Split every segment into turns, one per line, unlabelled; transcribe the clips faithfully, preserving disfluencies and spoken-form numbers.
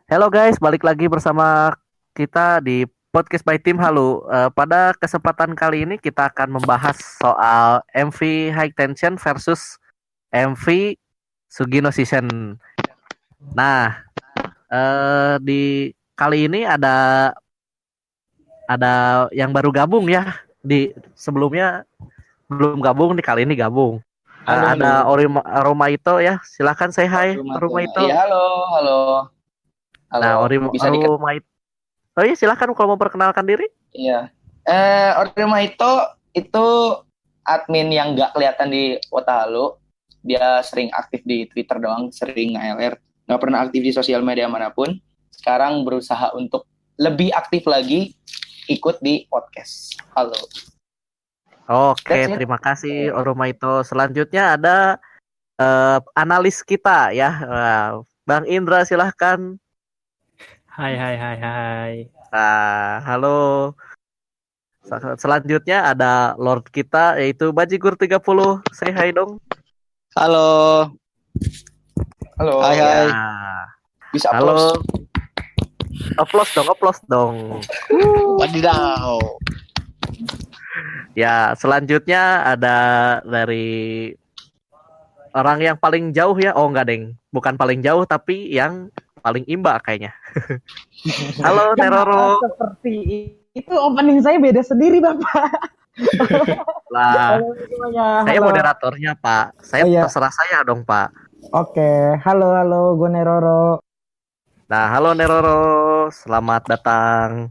Hello guys, balik lagi bersama kita di podcast by Tim Halu. Eh, pada kesempatan kali ini kita akan membahas soal M V High Tension versus M V Sugino Season. Nah, eh, di kali ini ada ada yang baru gabung ya. Di sebelumnya belum gabung, di kali ini gabung. Eh,
Halo, halo.
ada Orima, Romaito ya. Silahkan say hi, Romaito.
Iya, halo, halo, halo.
Nah, Orim,
Bisa dikenal?
Romaito. Oh iya, silahkan kalau mau perkenalkan diri.
Iya. Eh, Orima itu itu admin yang nggak kelihatan di Kota Halo. Dia sering aktif di Twitter doang, sering nge-L R. Nggak pernah aktif di sosial media manapun. Sekarang berusaha untuk lebih aktif lagi, ikut di podcast. Halo.
Oke,
That's it.
terima kasih Oromaito. Selanjutnya ada eh, analis kita ya, Eh, Bang Indra silahkan.
Hai hai hai hai.
Nah, halo. Sel- Selanjutnya ada Lord kita yaitu Bajigur tiga puluh. Say hi dong.
Halo,
Halo.
hai hai.
Ya.
Bisa
Halo.
applause.
Applause dong, applause dong.
Wadidaw.
Ya, selanjutnya ada dari orang yang paling jauh ya. Oh enggak, Deng. Bukan paling jauh tapi yang paling imba kayaknya. Halo Neroro.
Seperti itu opening saya beda sendiri Bapak.
Lah,
Halo semuanya.
saya
Halo.
moderatornya, Pak. Saya
Oh, iya.
terserah saya dong, Pak.
Oke, halo halo, gue Neroro.
Nah, halo Neroro, selamat datang.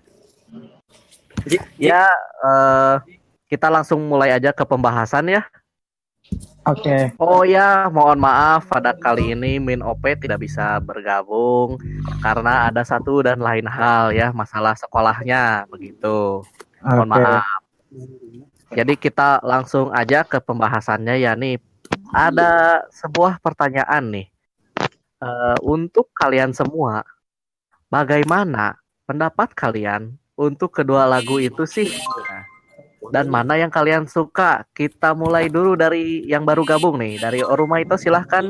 Ya, eh, kita langsung mulai aja ke pembahasan ya.
Oke.
Oh ya, mohon maaf pada kali ini Min O P tidak bisa bergabung karena ada satu dan lain hal ya, masalah sekolahnya begitu. Mohon
Oke.
maaf. Jadi kita langsung aja ke pembahasannya ya nih. Ada sebuah pertanyaan nih. Eh, untuk kalian semua, bagaimana pendapat kalian untuk kedua lagu itu sih? Dan mana yang kalian suka? Kita mulai dulu dari yang baru gabung nih, dari Orumaito silahkan.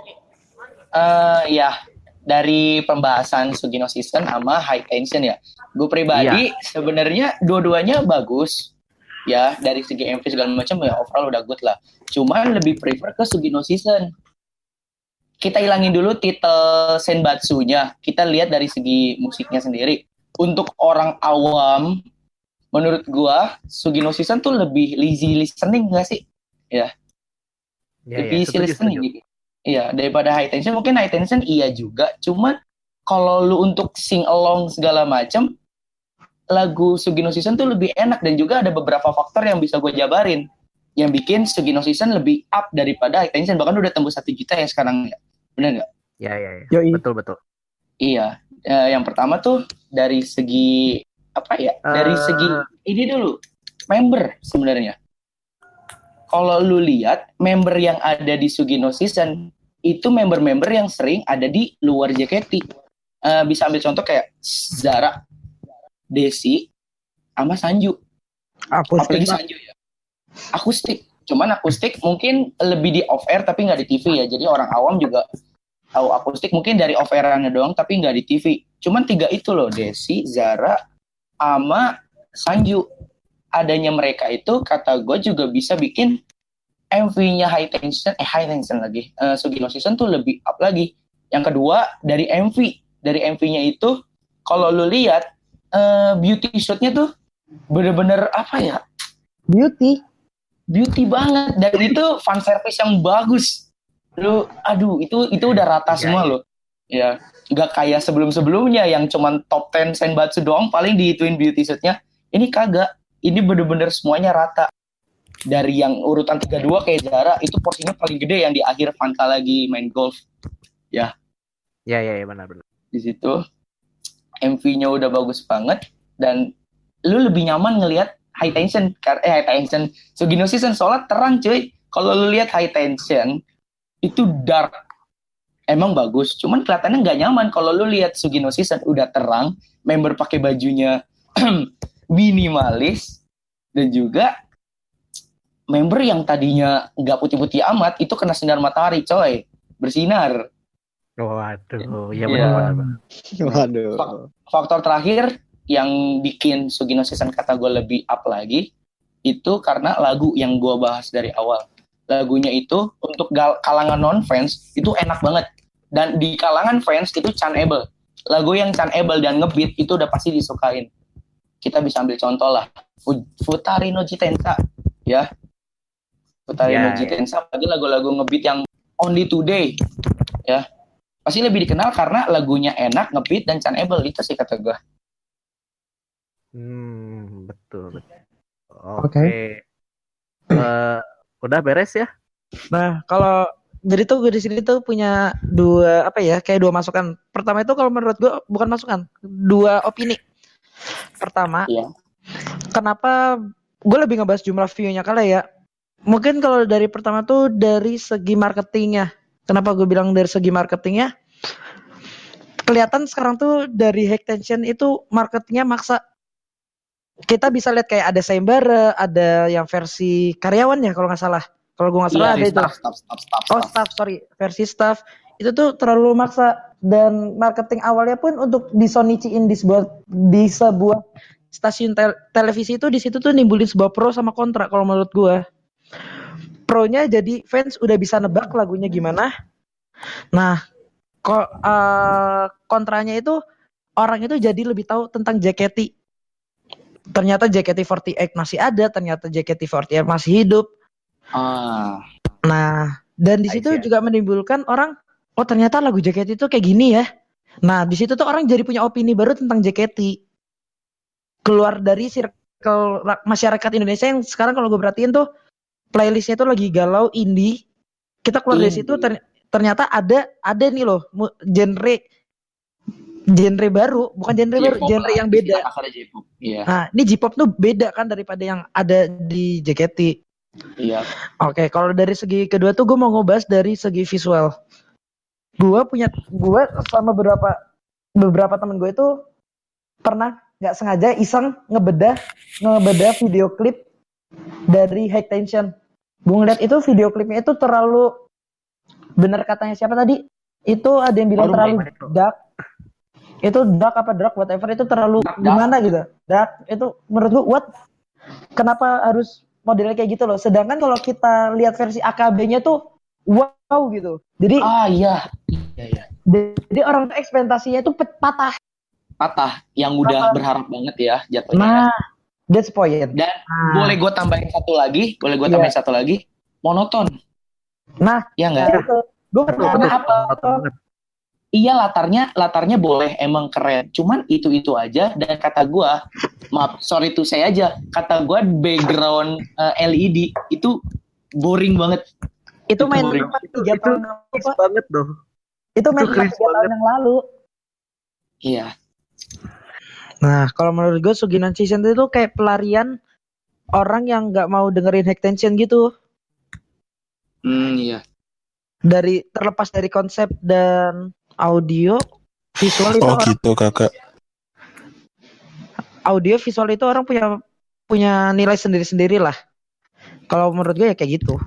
Eh ya, dari pembahasan Sugino Season sama High Tension ya. Gue pribadi sebenarnya dua-duanya bagus. Ya, dari segi M V segala macam ya overall udah good lah. Cuman lebih prefer ke Sugino Season. Kita hilangin dulu titel Senbatsu-nya. Kita lihat dari segi musiknya sendiri. Untuk orang awam, menurut gua Sugino Season tuh lebih lazy listening gak sih? Ya,
Ya,
lebih
ya,
easy
setuju,
listening
setuju.
gitu. Iya, daripada High Tension. Mungkin High Tension iya juga. Cuman kalau lu untuk sing along segala macam, lagu Sugino Season tuh lebih enak. Dan juga ada beberapa faktor yang bisa gue jabarin yang bikin Sugino Season lebih up daripada High Tension. Bahkan udah tembus satu juta ya sekarang. Bener gak?
Ya, ya, ya.
Yoi.
Betul, betul.
Iya. Eh, yang pertama tuh dari segi apa ya? Dari
Eh.
segi ini dulu member sebenarnya. Kalau lu lihat member yang ada di Sugino Season itu member-member yang sering ada di luar J K T. Eh, bisa ambil contoh kayak Zara, Desi, sama Sanju. Apalagi
Akustik.
Sanju ya. Akustik. Cuman akustik mungkin lebih di off air tapi nggak di T V ya. Jadi orang awam juga tahu akustik mungkin dari off airannya doang tapi nggak di T V. Cuman tiga itu loh, Desi, Zara, sama Sanju. Adanya mereka itu kata gue juga bisa bikin M V-nya High Tension, eh High Tension lagi, uh, Sugino Season tuh lebih up lagi. Yang kedua dari M V, dari M V-nya itu kalau lu lihat uh, beauty shoot-nya tuh bener-bener apa ya?
Beauty.
Beauty banget dan itu fan service yang bagus. Lu, aduh itu itu udah rata
Ya,
semua
ya.
loh. Ya, nggak kayak sebelum-sebelumnya yang cuman top sepuluh Senbatsu doang paling dihituin beauty shoot-nya. Ini kagak. Ini bener-bener semuanya rata. Dari yang urutan tiga puluh dua kayak Zara itu porsinya paling gede yang di akhir Fanta lagi main golf. Ya,
Ya, ya, ya, benar-benar.
di situ M V-nya udah bagus banget dan lu lebih nyaman ngelihat High Tension kar- eh High Tension Sugino Season soalnya terang cuy. Kalau lu lihat High Tension itu dark. Emang bagus, cuman kelihatannya nggak nyaman kalau lu lihat Sugino Season udah terang, member pakai bajunya minimalis dan juga member yang tadinya nggak putih-putih amat itu kena sinar matahari coy, bersinar.
Waduh, ya
Iya.
benar-benar.
Waduh.
Fak- Faktor terakhir yang bikin Sugino Season kata gue lebih up lagi itu karena lagu yang gue bahas dari awal. Lagunya itu untuk gal- kalangan non fans itu enak banget, dan di kalangan fans itu canable. Lagu yang canable dan ngebeat itu udah pasti disukain. Kita bisa ambil contoh lah, Fu- Futari no Jitensa, ya. Futari no
Ya, ya.
Jitensa, lagi lagu-lagu ngebeat yang Only Today, ya. Pasti lebih dikenal karena lagunya enak, ngebeat dan canable, itu sih kata gue.
Hmm, betul, betul.
Oke.
Oke. Eh, udah beres ya?
Nah, kalau jadi tuh gue di sini tuh punya dua apa ya, kayak dua masukan. Pertama itu kalau menurut gue bukan masukan, dua opini. Pertama,
Iya.
kenapa gue lebih ngebahas jumlah view-nya kali ya? Mungkin kalau dari pertama tuh dari segi marketingnya. Kenapa gue bilang dari segi marketingnya? Kelihatan sekarang tuh dari High-Tension itu marketingnya maksa. Kita bisa lihat kayak ada sayembara, ada yang versi karyawan ya kalau nggak salah. Kalau gue nggak salah ada itu.
staff, staff, staff, staff,
Oh staff, sorry, versi staff itu tuh terlalu maksa, dan marketing awalnya pun untuk disoniciin di sebuah di sebuah stasiun tel- televisi itu, di situ tuh nimbulin sebuah pro sama kontra. Kalau menurut gue, pro-nya jadi fans udah bisa nebak lagunya gimana. Nah, kok uh, kontranya itu orang itu jadi lebih tahu tentang J K T. Ternyata J K T empat delapan masih ada, ternyata J K T empat delapan masih hidup.
Ah,
Nah, dan di situ
I see.
juga menimbulkan orang, oh ternyata lagu J K T itu kayak gini ya. Nah, di situ tuh orang jadi punya opini baru tentang J K T. Keluar dari circle ra- masyarakat Indonesia yang sekarang kalau gue perhatiin tuh playlistnya tuh lagi galau indie. Kita keluar dari
Indie.
situ ter- ternyata ada ada nih loh mu- genre genre baru, bukan genre baru,
J-pop
genre
lah,
yang beda.
istilah kasarnya J-pop. Iya,
Nah, ini J-pop tuh beda kan daripada yang ada di J K T.
iya.
Oke, kalau dari segi kedua tuh gue mau ngebahas dari segi visual. Gue punya, gue sama beberapa beberapa temen gue itu pernah nggak sengaja iseng ngebedah ngebedah video klip dari High Tension. Gue ngeliat itu video klipnya itu terlalu, bener katanya siapa tadi? Itu ada yang bilang
Baru
terlalu
main itu.
dark. Itu dark apa dark whatever itu terlalu
Dark, dark.
gimana gitu. Dark itu menurut gue what? Kenapa harus modelnya kayak gitu loh? Sedangkan kalau kita lihat versi A K B-nya tuh wow gitu. Jadi
Ah, iya. Iya, iya.
jadi orang tuh ekspektasinya tuh pet- patah.
Patah, yang udah
Patah.
berharap banget ya jatuhnya.
Nah, that's point.
Dan
Nah,
boleh gue tambahin satu lagi, boleh gue
Iya.
tambahin satu lagi, monoton.
nah,
Ya nggak?
itu gue
Betul,
Karena
betul.
apa?
Betul banget.
Iya, latarnya latarnya boleh emang keren, cuman itu itu aja. Dan kata gue, maaf, sorry to say aja, kata gue background eh, L E D itu boring banget.
itu
Itu
main
boring.
empat
Itu
tiga
itu
tahun
cringe
apa?
banget doh.
Itu main
itu
empat
cringe
tiga tahun
banget.
yang lalu.
Iya,
Nah, kalau menurut gue Suginan Season itu kayak pelarian orang yang nggak mau dengerin High Tension gitu.
hmm, iya.
Dari terlepas dari konsep dan audio, visual itu
Oh
orang,
gitu kakak.
audio visual itu orang punya punya nilai sendiri-sendiri lah. Kalau menurut gue ya kayak gitu.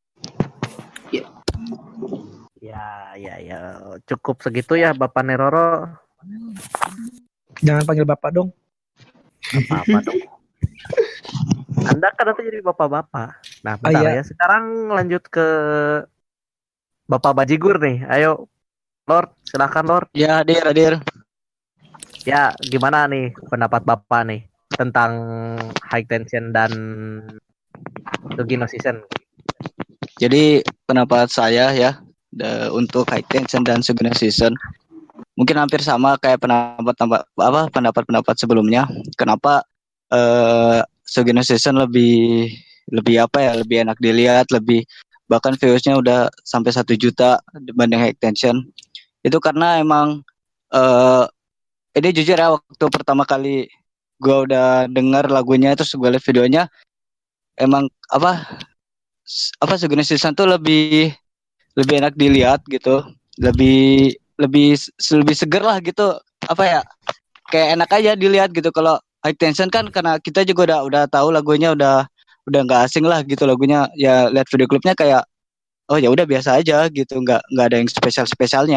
Ya, ya, ya. Cukup segitu ya Bapak Neroro.
Jangan panggil bapak dong.
Apa-apa dong. Anda kan nanti jadi bapak-bapak. Nah, bentar
iya.
ya. Sekarang lanjut ke Bapak Bajigur nih. Ayo, Lord, silakan Lord.
Ya hadir hadir.
Ya, gimana nih pendapat Bapak nih tentang High Tension dan Sugino Season?
Jadi pendapat saya ya de- untuk High Tension dan Sugino Season mungkin hampir sama kayak pendapat apa pendapat-pendapat sebelumnya. Kenapa eh, Sugino Season lebih lebih apa ya lebih enak dilihat, lebih bahkan viewsnya udah sampai satu juta dibanding High Tension. Itu karena emang eh, ini jujur ya, waktu pertama kali gue udah dengar lagunya terus gue lihat videonya, emang apa s- apa Sugino Season tuh lebih lebih enak dilihat gitu, lebih lebih s- lebih seger lah gitu, apa ya, kayak enak aja dilihat gitu. Kalau High Tension kan karena kita juga udah udah tahu lagunya, udah udah nggak asing lah gitu lagunya, ya lihat video klipnya kayak oh ya udah biasa aja gitu, nggak nggak ada yang spesial spesialnya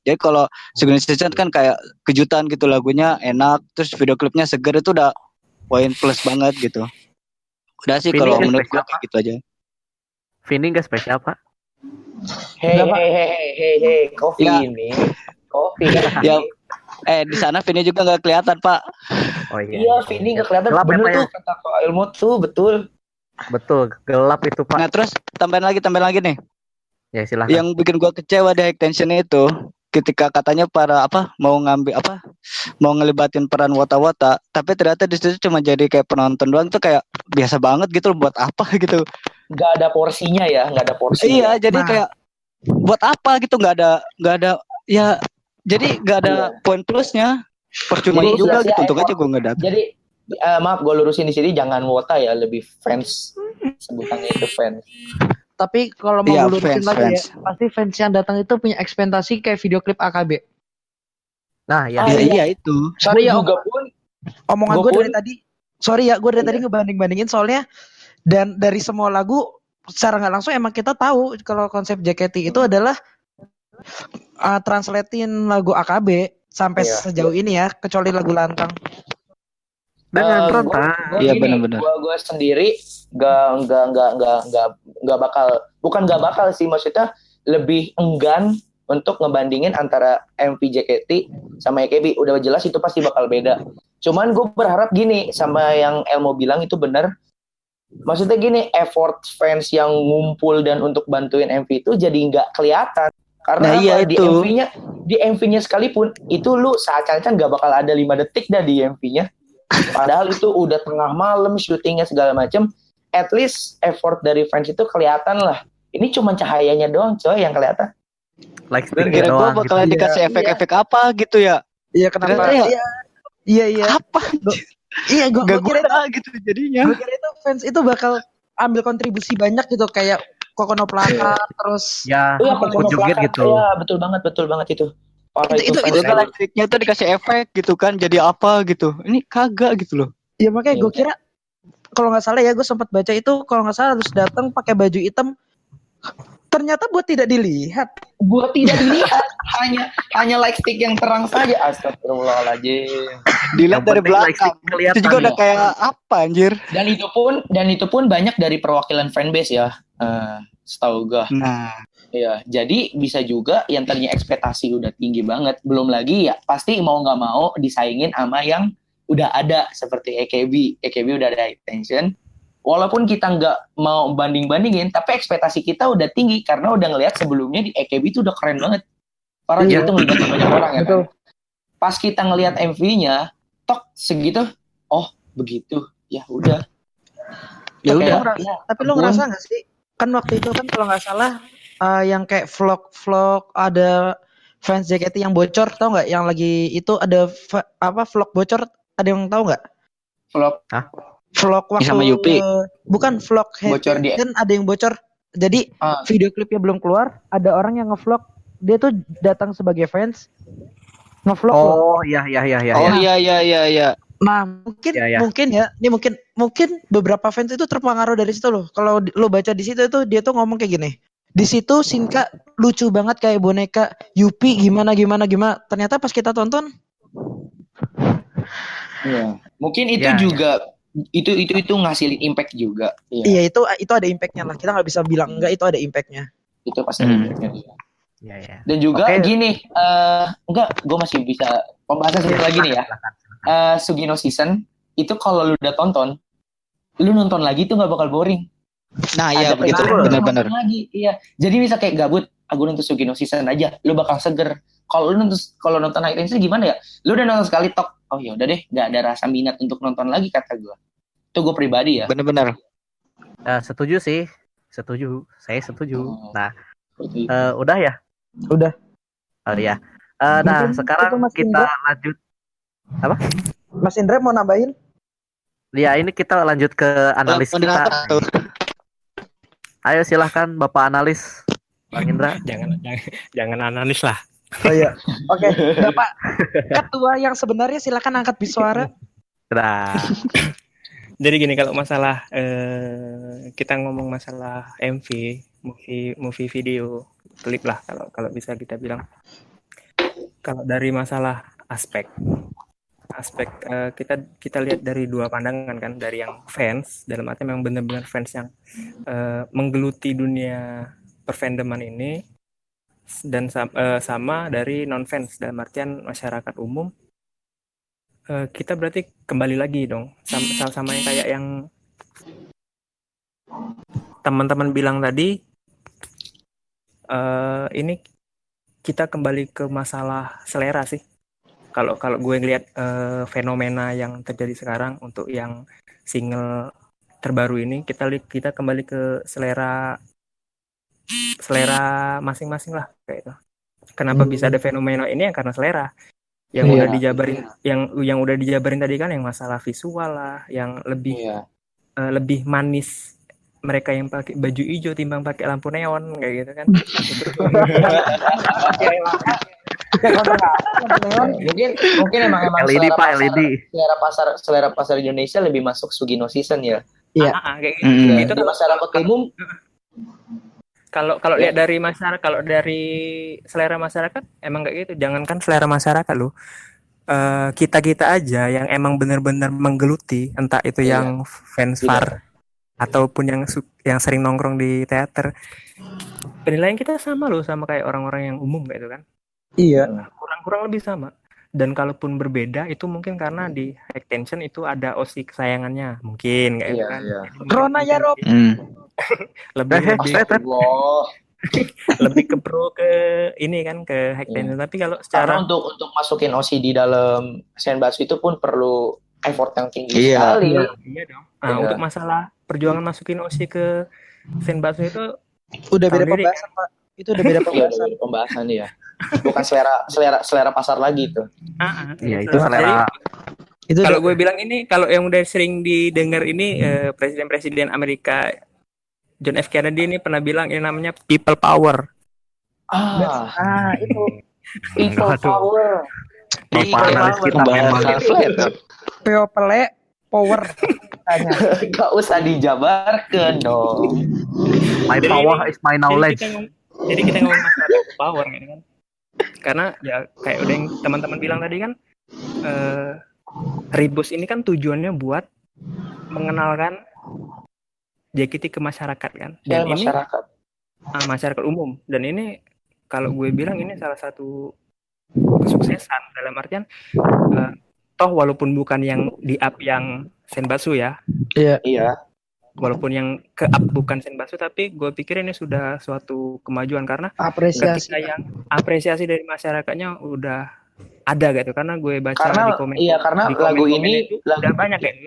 Jadi kalau Synchronization kan kayak kejutan gitu, lagunya enak, terus video klipnya seger, itu udah poin plus banget gitu. Udah sih
Vini
kalau
nggak
menurut
spesial,
gua kayak gitu aja.
Vini nggak spesial Pak?
Hei
Nggak, Pak.
hei hei hei hei hei, kopi
Ya.
ini, kopi.
Ya, eh di sana Vini juga nggak kelihatan Pak.
Oh iya.
Iya, Vini nggak kelihatan.
Gelap ya,
Bener
Pak, ya?
tuh kata Ko Ilmu tuh betul.
Betul, gelap itu Pak.
Nah terus tambahin lagi, tambahin lagi nih.
Ya silakan.
Yang bikin gua kecewa di High Tension itu, ketika katanya para apa mau ngambil apa mau ngelibatin peran wota-wota, tapi ternyata di situ cuma jadi kayak penonton doang, tuh kayak biasa banget gitu loh, buat apa gitu.
Nggak ada porsinya ya, nggak ada porsinya.
Iya, jadi
Nah.
kayak buat apa gitu, nggak ada nggak ada ya, jadi nggak ada
Iya.
poin plusnya, percuma
Jadi
juga
sia-sia
gitu, untung
effort.
aja gue nggak dapet.
Jadi eh, maaf gue lurusin di sini, jangan wota ya, lebih fans, sebutannya itu fans.
Tapi kalau mau
Iya,
lurusin
fans,
lagi
fans.
ya, pasti fans yang datang itu punya ekspektasi kayak video klip A K B.
Nah, ya.
Ah,
Ya
iya.
iya itu.
Sorry
Gua
ya,
juga
omong-
pun
omongan
Gua
gue
pun-
dari tadi, sorry ya, gue dari
Iya.
tadi ngebanding-bandingin soalnya, dan dari semua lagu secara nggak langsung emang kita tahu kalau konsep J K T itu adalah uh, translatein lagu A K B sampai
Iya.
sejauh ini ya, kecuali lagu Lantang.
Dengan
Eh,
frontal.
Gue
Iya,
gini,
benar-benar.
gue gue sendiri gak gak gak gak gak gak bakal, bukan gak bakal sih, maksudnya lebih enggan untuk ngebandingin antara M V J K T sama A K B. Udah jelas itu pasti bakal beda. Cuman gue berharap gini, sama yang Elmo bilang itu bener. Maksudnya gini, effort fans yang ngumpul dan untuk bantuin M V itu jadi nggak kelihatan. Karena
Nah,
apa?
iya
Di
itu.
M V-nya, di M V-nya sekalipun itu lu seakan-akan nggak bakal ada lima detik dah di M V-nya. Padahal itu udah tengah malam syutingnya segala macem. At least effort dari fans itu kelihatan lah. Ini cuma cahayanya doang coy yang kelihatan.
Like
Dan
sticknya
kira gue
doang gitu.
bakalan
Iya,
dikasih
iya.
efek-efek apa gitu ya.
Iya kenapa?
Ternyata ya-
Iya, iya, iya.
Apa?
Iya, gue
Gak
kira itu,
guna gitu jadinya.
gue kira itu fans itu bakal ambil kontribusi banyak gitu kayak Kokono Plaka, terus
Ya,
Oh ya,
ikut
Kokono
joget
Plaka.
gitu.
Ya, betul banget, betul banget itu. Parah
Itu-
itu,
itu-
fans
Itu
itu.
kan listriknya tuh dikasih efek gitu kan, jadi apa gitu. Ini kagak gitu loh.
ya makanya gue
Iya.
kira kalau nggak salah ya, gue sempat baca itu kalau nggak salah harus datang pakai baju hitam. Ternyata buat tidak dilihat.
Buat tidak dilihat, hanya hanya light stick yang terang saja. Astagfirullahaladzim.
Dilihat
Yang
dari
penting
belakang.
lightstick kelihatan.
Itu juga udah kayak apa anjir.
Dan itu pun dan itu pun banyak dari perwakilan fanbase ya. Eh, setahu gue.
Nah,
Ya, jadi bisa juga yang tadinya ekspektasi udah tinggi banget, belum lagi ya pasti mau nggak mau disaingin sama yang udah ada seperti A K B. A K B udah ada High Tension. Walaupun kita nggak mau banding-bandingin, tapi ekspektasi kita udah tinggi karena udah ngelihat sebelumnya di A K B itu udah keren banget. Para
Iya.
itu ngelibatin banyak orang ya
Betul.
kan. Pas kita ngelihat M V-nya, tok segitu, oh begitu, ya udah.
ya
Kayak,
udah.
ngerasa-
ya,
Tapi lo
ampun.
ngerasa nggak sih? Kan waktu itu kan kalau nggak salah uh, yang kayak vlog-vlog ada fans J K T yang bocor, tau nggak? Yang lagi itu ada v- apa vlog bocor? Ada yang tahu nggak?
Vlog
Vlog waktu
Sama Yupi.
bukan vlog
Bocor di-
kan ada yang bocor. Jadi
ah,
video klipnya belum keluar, ada orang yang ngevlog, dia tuh datang sebagai fans ngevlog loh.
Oh, iya iya iya iya.
Oh
iya.
iya iya iya iya.
Nah, mungkin
Ya, ya.
mungkin ya, ini mungkin mungkin beberapa fans itu terpengaruh dari situ loh. Kalau di- lo baca di situ itu dia tuh ngomong kayak gini. Di situ Shinka lucu banget kayak boneka, Yupi gimana gimana gimana. Ternyata pas kita tonton,
iya. Mungkin itu
Ya,
juga itu itu itu ngasih impact juga. Iya.
iya itu itu ada impactnya lah. Kita nggak bisa bilang enggak, itu ada impactnya.
Itu pasti
Hmm.
impactnya dia.
Iya iya.
Dan juga
Oke.
gini, eh enggak, gue masih bisa pembahasan satu lagi nih ya.
Silakan.
Eh, Sugino Season itu kalau lu udah tonton, lu nonton lagi tuh nggak bakal boring.
Nah iya
Ada
begitu,
penasaran,
benar-benar.
nonton lagi. Iya. Jadi bisa kayak gabut, aku nonton Sugino Season aja, lu bakal seger. Kalau lu nonton kalau nonton High Tension gimana ya? Lu udah nonton sekali tok, oh ya udah deh, nggak ada rasa minat untuk nonton lagi kata gue. Itu gue pribadi ya.
Benar-benar.
Eh, setuju sih, setuju. Saya setuju.
Oh.
Nah,
Seperti itu.
eh, udah ya.
Udah.
Oh iya. Eh, nah,
Mungkin
sekarang
itu Mas
kita
Indra.
lanjut.
Mas Indra mau nambahin?
Ya, ini kita lanjut ke analis
Oh,
kita.
moderator tuh.
Ayo silahkan Bapak analis, Bang Indra.
Jangan jangan, jangan analis lah.
Oh iya. Oke, Bapak ketua yang sebenarnya silakan angkat bisuara.
Nah,
Jadi gini, kalau masalah eh, kita ngomong masalah M V, movie movie video klip lah kalau kalau bisa kita bilang. Kalau dari masalah aspek, aspek uh, kita kita lihat dari dua pandangan kan, dari yang fans dalam arti memang benar-benar fans yang uh, menggeluti dunia perfandoman ini, dan uh, sama dari non fans dalam artian masyarakat umum. Uh, kita berarti kembali lagi dong sama sama yang kayak yang teman-teman bilang tadi. Uh, ini kita kembali ke masalah selera sih. Kalau kalau gue ngelihat uh, fenomena yang terjadi sekarang untuk yang single terbaru ini, kita kita kembali ke selera selera masing-masing lah kayak itu. Kenapa hmm. bisa ada fenomena ini ya karena selera. Yang yeah. udah dijabarin yang yang udah dijabarin tadi kan, yang masalah visual lah, yang lebih yeah. uh, lebih manis mereka yang pakai baju hijau timbang pakai lampu neon kayak gitu kan.
mungkin mungkin emang emang
L E D
selera
Pak,
pasar,
L E D.
selera pasar selera pasar Indonesia lebih masuk Sugino season ya.
Iya.
Ah, kayak gitu.
Mm.
Itu
di masyarakat umum.
Kalau kalau ya. lihat dari masyarakat, kalau dari selera masyarakat emang kayak gitu. Jangankan selera masyarakat loh. Uh, kita-kita aja yang emang benar-benar menggeluti, entah itu yeah. yang fans far ataupun yang yang sering nongkrong di teater, penilaian kita sama loh sama kayak orang-orang yang umum gitu kan.
Iya.
Kurang-kurang lebih sama. Dan kalaupun berbeda itu mungkin karena di High Tension itu ada O S I kesayangannya mungkin kayak
iya,
gitu kan.
Iya.
Rona ya Rob.
Hmm.
lebih
eh,
lebih,
Allah.
lebih ke pro ke ini kan ke High Tension. Tapi kalau secara
karena untuk untuk masukin O S I di dalam Senbatsu itu pun perlu effort yang tinggi
iya.
sekali.
Iya, iya dong. Nah, iya. Untuk masalah perjuangan masukin O S I ke Senbatsu itu
udah beda pembahasan, Pak. Itu udah beda pembahasan.
Iya, pembahasan ya. Bukan selera selera selera pasar lagi itu.
Ah,
iya, itu selera.
Itu kalau gue bilang ini, kalau yang udah sering didengar ini eh, presiden-presiden Amerika John F Kennedy ini pernah bilang ini namanya people power.
Ah,
ah itu
people power.
Bapak analis kita memang
people power.
Gak usah dijabarkan dong.
My power is my knowledge.
Jadi kita ngomong masalah power gitu kan. Karena ya kayak udah yang teman-teman bilang tadi kan, uh, Rebus ini kan tujuannya buat mengenalkan J K T ke masyarakat kan. Dan
ya,
ini
masyarakat.
Uh, masyarakat umum. Dan ini kalau gue bilang ini salah satu kesuksesan dalam artian uh, toh walaupun bukan yang di up yang Senbatsu ya.
Iya.
Iya.
Walaupun yang ke up bukan Senbatsu, tapi gue pikir ini sudah suatu kemajuan karena
apresiasi
yang apresiasi dari masyarakatnya udah ada gitu. Karena gue baca
karena,
di komen
iya karena
di
lagu
komen
ini
itu
lagu,
udah banyak ya.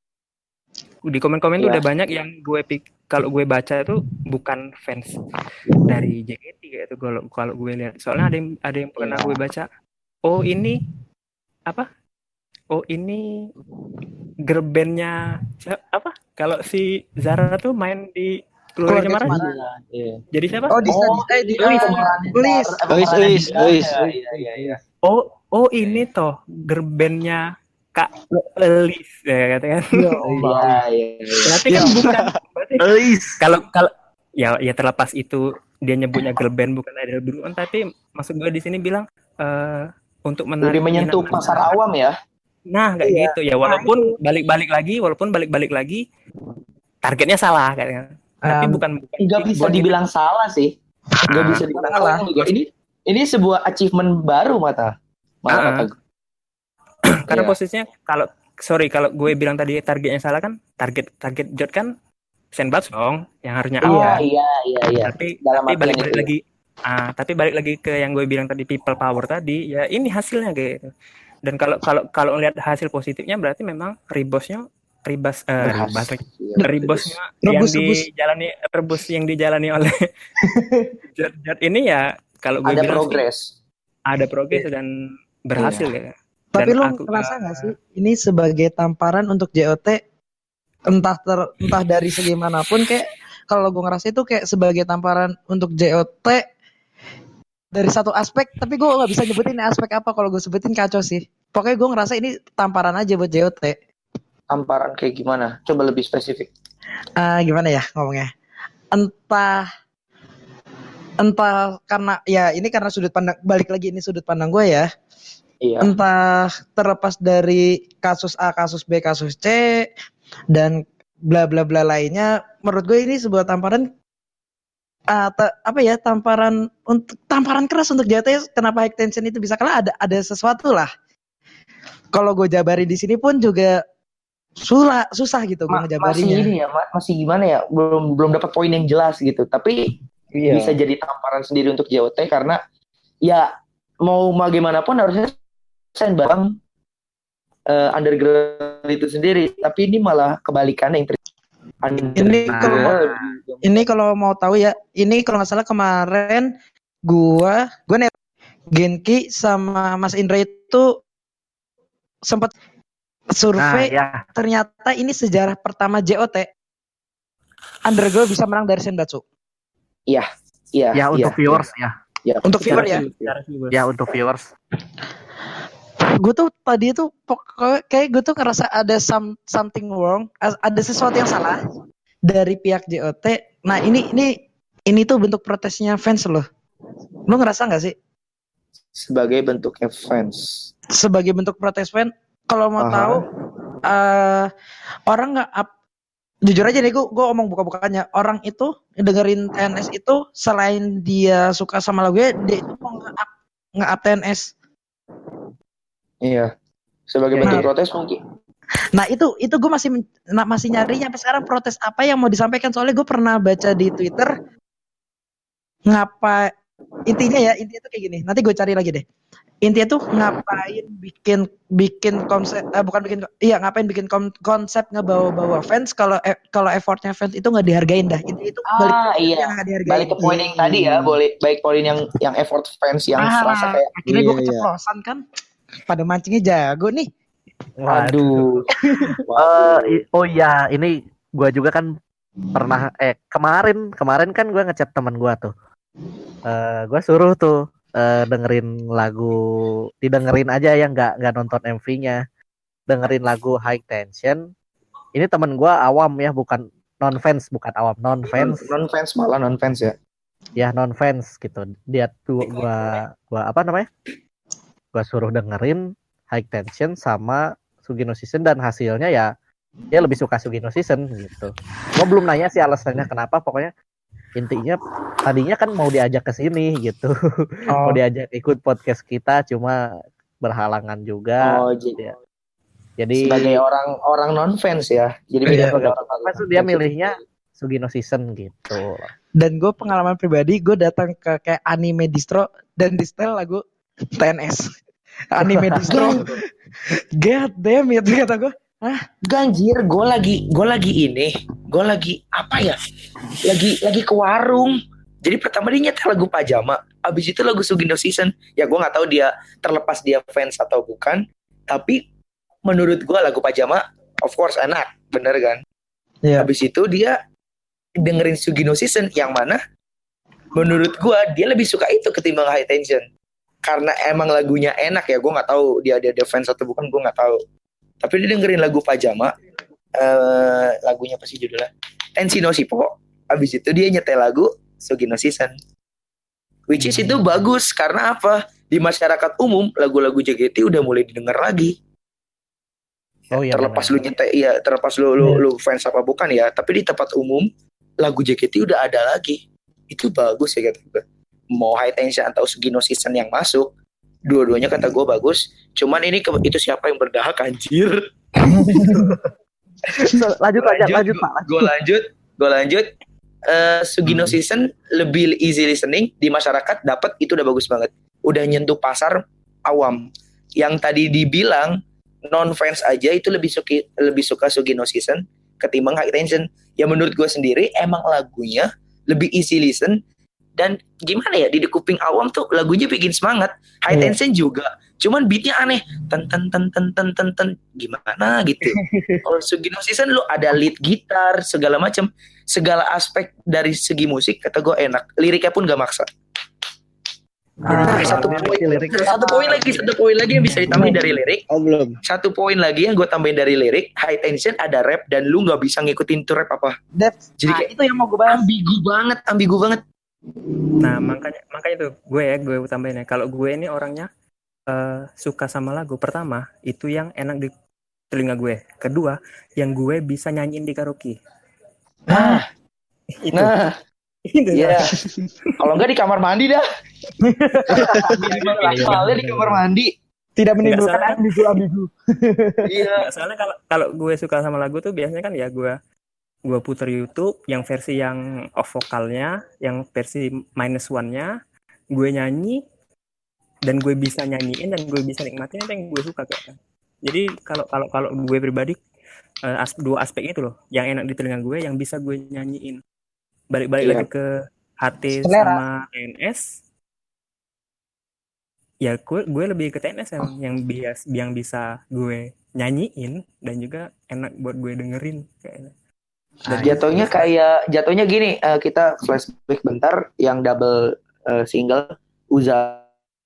Di komen-komen
iya.
tuh udah banyak yang gue pik kalau gue baca itu bukan fans dari J K T gitu kalau kalau gue lihat. Soalnya ada yang ada yang pernah iya. gue baca, oh ini apa? Oh ini girl bandnya apa? Kalau si Zara tuh main di Keluarga Cemara.
Iya.
Jadi siapa?
Oh di
oh,
eh, di
Luis.
Luis.
Luis, Luis, Luis.
Iya, iya, iya.
Oh, oh ini toh girl bandnya Kak Elis ya katakan.
Iya, iya.
Berarti kan bukan. Elis. Kalau kalau ya ya terlepas itu dia nyebutnya girl band bukan idol beruan, tapi maksud gue di sini bilang uh, untuk menarik
menyentuh pasar awam ya.
Nah kayak iya. gitu ya, walaupun balik-balik lagi walaupun balik-balik lagi targetnya salah kayaknya. Um, tapi bukan
nggak bisa dibilang gitu. Salah sih, nggak ah, bisa dibilang salah juga. Ini ini sebuah achievement baru mata malah uh-uh. kata gue.
Karena yeah. posisinya kalau sorry kalau gue bilang tadi targetnya salah kan, target target Jod kan Senbatsu dong yang harusnya
oh,
awal.
iya iya iya.
Tapi Dalam tapi balik-balik lagi ah tapi balik lagi ke yang gue bilang tadi people power tadi ya, ini hasilnya gitu. Dan kalau kalau kalau lihat hasil positifnya berarti memang ribosnya ribas uh, ribas ribosnya yang dijalani rebus yang dijalani oleh Jod, Jod ini ya kalau gue
ada
bilang
progres
sih, ada progres dan berhasil yeah. ya.
Tapi
Dan
lu
aku,
ngerasa nggak sih ini sebagai tamparan untuk J O T entah ter, entah dari segi manapun, kayak kalau gue ngerasa itu kayak sebagai tamparan untuk J O T dari satu aspek, tapi gue nggak bisa nyebutin aspek apa. Kalau gue sebutin kacau sih. Pokoknya gue ngerasa ini tamparan aja buat J O T.
Tamparan kayak gimana? Coba lebih spesifik.
Uh, gimana ya ngomongnya? Entah entah karena ya ini karena sudut pandang balik lagi ini sudut pandang gue ya.
Iya.
Entah terlepas dari kasus A, kasus B, kasus C dan bla bla bla lainnya, menurut gue ini sebuah tamparan uh, ta- apa ya tamparan untuk tamparan keras untuk J O T. Kenapa high tension itu bisa kalah, ada ada sesuatu lah. Kalau gue jabarin di sini pun juga susah susah gitu gue
Ma- masih
ngejabarinya.
ini ya, ma- masih gimana ya? Belum belum dapat poin yang jelas gitu. Tapi
Iya.
bisa jadi tamparan sendiri untuk J O T karena ya mau bagaimanapun harusnya sign bareng uh, underground itu sendiri. Tapi ini malah kebalikannya yang terjadi.
Ini kalau ini kalau mau tahu ya, ini kalau nggak salah kemarin gua gua net Genki sama Mas Indra itu sempat survei.
Nah, ya.
Ternyata ini sejarah pertama J O T underground bisa menang dari Senbatsu.
Iya, iya.
Ya untuk
iya,
viewers ya.
iya.
Untuk viewer ya.
Ya untuk viewers.
Gue tuh tadi tuh pokoknya kayak gue tuh ngerasa ada some, something wrong, ada sesuatu yang salah dari pihak J O T. Nah ini ini ini tuh bentuk protesnya fans loh. Lo ngerasa nggak sih?
Sebagai bentuknya fans.
Sebagai bentuk protes fans, kalau mau
Aha.
tahu uh, orang nggak up. Jujur aja nih, gue gue omong buka-bukanya, orang itu dengerin T N S itu selain dia suka sama lagunya, dia itu mau nge-up nge-up T N S.
Iya. Sebagai
Nah.
bentuk protes mungkin.
Nah itu itu gue masih men- nah, masih nyari sampai sekarang protes apa yang mau disampaikan, soalnya gue pernah baca di Twitter ngapa intinya ya intinya tuh kayak gini, nanti gue cari lagi deh. Intinya tuh ngapain bikin bikin konsep eh, bukan bikin iya ngapain bikin kom- konsep ngebawa-bawa fans kalau eh, kalau effortnya fans itu nggak dihargain dah. Intinya itu balik
Ah
ke
iya.
yang nggak dihargain.
Balik ke poin yang tadi ya, boleh baik poin yang yang effort fans yang
Ah,
serasa kayak
akhirnya gue
Iya, iya.
keceplosan kan, pada mancingnya jago nih.
aduh.
Eh, i- oh iya, ini gua juga kan pernah eh kemarin kemarin kan gua ngechat teman gua tuh. Eh gua suruh tuh eh, dengerin lagu, didengerin aja ya, nggak nggak nonton M V-nya. Dengerin lagu High Tension. Ini teman gua awam ya, bukan non fans, bukan awam, non fans.
Non fans malah non fans ya.
Ya non fans gitu. Dia tuh gua gua apa namanya? Gua suruh dengerin High Tension sama Sugino Season dan hasilnya ya dia lebih suka Sugino Season gitu. Gua belum nanya sih alasannya kenapa, pokoknya intinya tadinya kan mau diajak ke sini gitu.
Oh.
Mau diajak ikut podcast kita cuma berhalangan juga.
Oh, jadi,
Ya. Jadi
sebagai orang orang non fans ya. Jadi beda
Iya,
sebagai
betul.
orang
Pas tuh dia milihnya Sugino Season gitu.
Dan gue pengalaman pribadi, gue datang ke kayak anime distro dan di setel lagu T N S. Anime distro. God damn it, kata gue.
Ganjir, gue lagi gue lagi ini, gue lagi apa ya? Lagi lagi ke warung. Jadi pertama dia nyetel lagu Pajama, abis itu lagu Sugino Season. Ya gue nggak tahu dia terlepas dia fans atau bukan. Tapi menurut gue lagu Pajama, of course enak, bener kan?
Iya.
Abis itu dia dengerin Sugino Season, yang mana menurut gue dia lebih suka itu ketimbang High Tension. Karena emang lagunya enak ya, gue nggak tahu dia dia, dia fans atau bukan, gue nggak tahu. Tapi dia dengerin lagu Pajama, uh, lagunya apa sih judulnya? Tenshi no Shippo. Abis itu dia nyetel lagu Sugino Season. Which is itu bagus, karena apa? Di masyarakat umum, lagu-lagu J K T udah mulai didengar lagi.
Oh iya.
Terlepas
benar.
lu nyetel, iya, terlepas lu, lu, lu fans apa bukan ya. Tapi di tempat umum, lagu J K T udah ada lagi. Itu bagus ya kata gue. Mau High Tension atau Sugino Season yang masuk, dua-duanya kata gue bagus. Cuman ini ke, itu siapa yang berdahak anjir.
lanjut aja, lanjut Pak.
Gue lanjut, gue lanjut. Uh, Sugino Season lebih easy listening di masyarakat, dapat itu udah bagus banget. Udah nyentuh pasar awam. Yang tadi dibilang non fans aja itu lebih suka lebih suka Sugino Season ketimbang High Tension. Ya menurut gue sendiri emang lagunya lebih easy listen. Dan gimana ya, di kuping awam tuh lagunya bikin semangat. High
Yeah.
Tension juga, cuman beatnya aneh, ten ten ten ten ten ten ten gimana gitu. Kalau Sugino Season lu ada lead gitar segala macam, segala aspek dari segi musik kata gue enak. Liriknya pun gak maksa.
Ah,
satu
lirik,
poin,
lirik.
satu poin lagi, satu poin lagi yang bisa ditambahin dari lirik.
Oh belum.
Satu poin lagi yang gue tambahin dari lirik, High Tension ada rap dan lu nggak bisa ngikutin tuh rap apa.
That's,
Jadi
nah,
kayak
itu yang mau gue bahas.
ambigu banget, ambigu banget.
Nah, makanya makanya itu gue ya, gue tambahin ya. Kalau gue ini orangnya uh, suka sama lagu pertama itu yang enak di telinga gue. Kedua, yang gue bisa nyanyiin di karaoke.
Nah,
itu.
nah,
Itu.
iya. Kalau enggak di kamar mandi dah. Minimalnya di kamar mandi.
Tidak
Nggak
menimbulkan
salah.
ambigu-ambigu.
Iya.
Nggak, soalnya kalau kalau gue suka sama lagu tuh biasanya kan ya gue gue puter YouTube yang versi yang off vokalnya, yang versi minus one-nya, gue nyanyi dan gue bisa nyanyiin dan gue bisa nikmatin itu yang gue suka kayak. Jadi kalau kalau kalau gue pribadi uh, as, dua aspek itu loh, yang enak di telinga gue, yang bisa gue nyanyiin. Balik-balik
Iya.
lagi ke H T
Selera.
sama T N S. Ya gue gue lebih ke T N S yang yang bias yang bisa gue nyanyiin dan juga enak buat gue dengerin kayaknya.
Nah, jatuhnya kayak jatuhnya gini, uh, kita flashback bentar yang double uh, single Uza.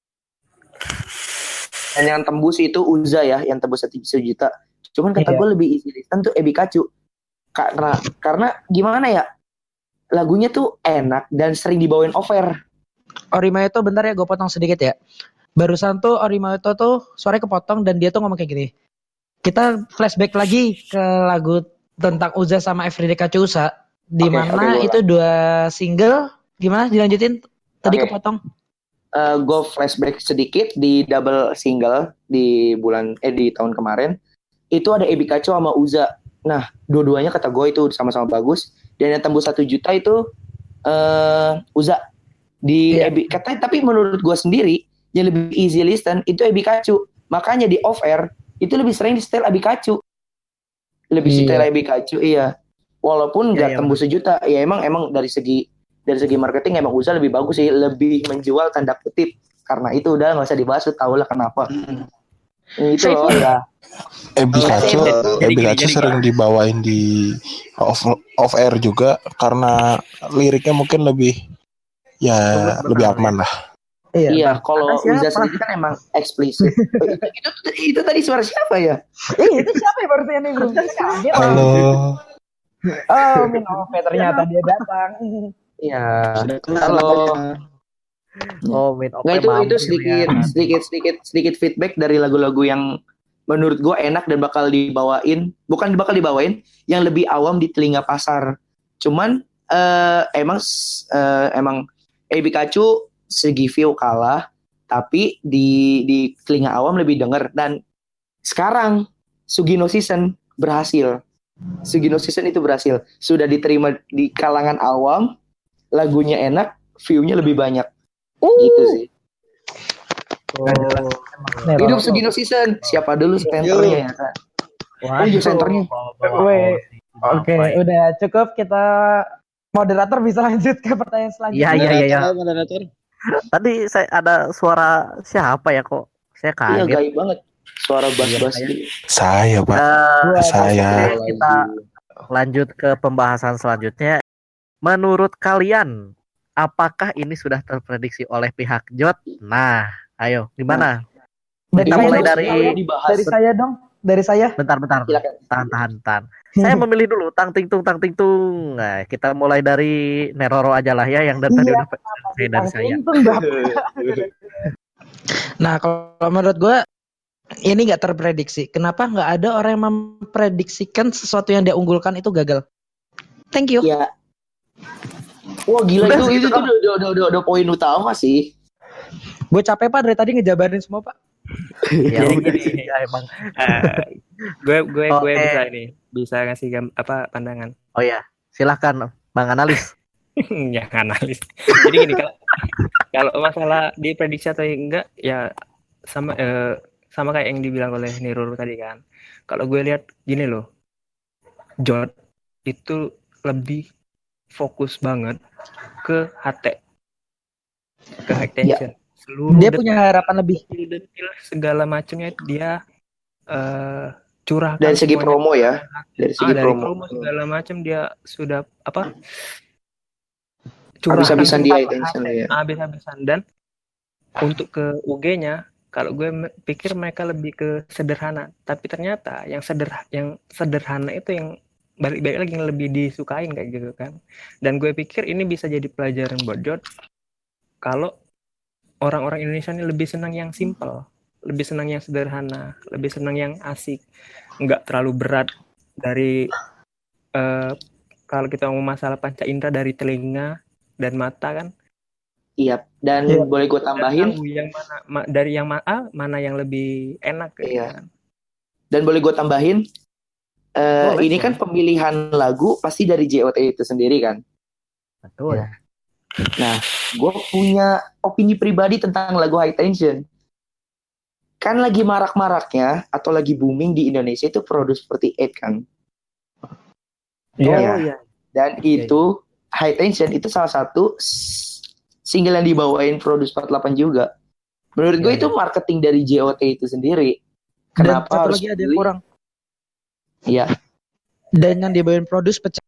Dan yang tembus itu Uza ya, yang tembus satu juta. Cuman kata
Iya.
gue lebih easy listen tuh Ebi Kacu. Karena karena gimana ya? Lagunya tuh enak dan sering dibawain over.
Orimayoto bentar ya, gue potong sedikit ya. Barusan tuh Orimayoto tuh suaranya kepotong dan dia tuh ngomong kayak gini. Kita flashback lagi ke lagu tentang Uza sama Everyday Kacusa, di
Oke,
mana
oke, gua
itu dua single. Gimana dilanjutin? Tadi
Oke.
kepotong.
Uh, gue flashback sedikit di double single di bulan eh di tahun kemarin. Itu ada Ebi Kacu sama Uza. Nah, dua-duanya kata gue itu sama-sama bagus. Dan yang tembus satu juta itu uh, Uza. Di
Iya.
Ebi, katanya, tapi menurut gue sendiri yang lebih easy listen itu Ebi Kacu. Makanya di off air itu lebih sering di setel Ebi Kacu. Lebih
Iya.
setel Ebi Kacu, iya. Walaupun nggak
Iya, iya,
tembus sejuta, ya emang emang dari segi dari segi marketing emang Uza lebih bagus sih, lebih menjual tanda kutip. Karena itu udah nggak usah dibahas, tahu lah kenapa. Itu loh ya.
Ebi
Oh,
Kacu,
jadi
Ebi
gini,
Kacu
jadi
sering dibawain di off off air juga karena liriknya mungkin lebih ya
Betul,
lebih
betul,
aman lah.
Iya.
Iya,
Anda
kalau
siapa?
Uza sendiri kan emang eksplisit. Oh, itu, itu, itu tadi suara siapa ya?
Ih, itu siapa ya barusan ini belum saya kaget.
Halo,
Oh, Minofe ternyata dia datang.
Iya.
Sudah kelar
Halo.
lamanya.
Oh, Min Ope
Nggak, itu itu
mampir
sedikit
ya.
sedikit sedikit sedikit feedback dari lagu-lagu yang menurut gue enak dan bakal dibawain, bukan bakal dibawain, yang lebih awam di telinga pasar. Cuman eh, emang eh, emang Ebi Kacu segi view kalah, tapi di di telinga awam lebih denger. Dan sekarang Sugino Season berhasil. Sugino Season itu berhasil, sudah diterima di kalangan awam, lagunya enak, view-nya lebih banyak. Gitu sih.
Oh.
Hidup Sugino Season. Siapa dulu senternya ya kan?
Wah,
Oh, senternya.
Weh, Oke, udah cukup, kita moderator bisa lanjut ke pertanyaan
Iya,
selanjutnya.
iya, iya, iya.
Moderator, moderator.
Tadi saya ada suara siapa ya kok? Saya
Iya,
kaget.
gaib banget. Suara bass-bass
Iya,
gitu.
saya Pak,
Eh,
saya.
oke, kita lanjut ke pembahasan selanjutnya. Menurut kalian, apakah ini sudah terprediksi oleh pihak Jot? Nah, ayo, gimana?
Dari
Kita
saya
mulai
dong,
dari
dibahas.
dari saya dong, dari saya.
bentar, bentar,
Silakan.
tahan, tahan, tahan. Saya memilih dulu tang ting tung tang ting tung. Nah, kita mulai dari Neroro aja lah ya, yang dari tadi
Iya,
udah dari, dari saya.
Untung, Bapak. Nah, kalau menurut gue ini nggak terprediksi. Kenapa nggak ada orang yang memprediksikan sesuatu yang dia unggulkan itu gagal? Thank you.
Ya. Wah, gila
Udah
itu
segitu
itu tuh udah, udah, udah, udah, udah poin utama sih.
Gue capek Pak dari tadi ngejabarin semua Pak.
Ya
Jadi
udah
gini.
sih, ya, emang.
Uh, gue gue gue
Oke.
bisa ini bisa ngasih gam, apa pandangan.
Oh ya, silahkan Bang Analis.
Yang analis. Jadi gini, kalau kalau masalah diprediksi atau enggak ya sama eh, sama kayak yang dibilang oleh Niruru tadi kan. Kalau gue lihat gini loh, Jot itu lebih fokus banget ke H T, ke high tension. Seluruh
Dia
detil-
punya harapan lebih.
detil segala macamnya dia eh curahkan
Dari segi
semuanya.
promo ya. Dari
Ah,
segi
dari
promo.
promo segala macam dia sudah apa?
Habis-habisan
semua
dia
ke
attention
H T,
ya.
habis-habisan. Dan untuk ke U G-nya, kalau gue me- pikir mereka lebih ke sederhana, tapi ternyata yang sederhana yang sederhana itu yang balik-balik lagi yang lebih disukain kayak gitu kan. Dan gue pikir ini bisa jadi pelajaran buat Jod kalau orang-orang Indonesia ini lebih senang yang simple, lebih senang yang sederhana, lebih senang yang asik, nggak terlalu berat dari uh, kalau kita ngomong masalah panca indera dari telinga dan mata kan.
Iya, dan
Iya.
boleh gue tambahin,
Dan tahu yang mana ma- dari yang mana mana yang lebih enak kayak
Iya.
gitu kan.
dan boleh gue tambahin, eh,
Boleh,
ini
boleh.
kan pemilihan lagu pasti dari J O T itu sendiri kan.
Betul.
Iya. Nah, gue punya opini pribadi tentang lagu High Tension. Kan lagi marak-maraknya atau lagi booming di Indonesia itu Produce empat delapan kan.
Iya.
Ya.
Oh iya.
Dan
Iya,
itu High Tension itu salah satu s- single yang dibawain Produce empat delapan juga. Menurut gue
Iya,
itu marketing dari J O T itu sendiri.
Dan
Kenapa
satu
harus
lagi ada yang
pilih?
kurang.
Iya.
Dan yang dibawain produce pecah.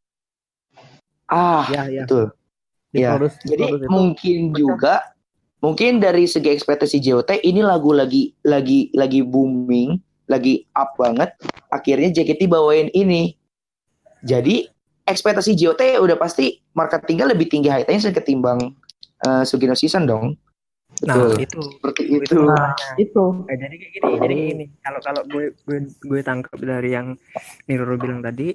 Ah,
Iya, iya.
betul.
Di
Ya.
produce-
Jadi
produce itu
mungkin
pecah.
juga mungkin dari segi ekspektasi J O T ini lagu lagi lagi lagi booming, lagi up banget. Akhirnya J K T bawain ini. Jadi ekspektasi J O T udah pasti marketingnya lebih tinggi High Tension ketimbang uh, Sugino Season dong.
Nah,
Betul.
itu
Seperti
itu,
itu.
Nah, itu.
Eh, jadi kayak gini, jadi kayak gini. Kalau kalau gue gue gue tangkap dari yang Niroro bilang tadi,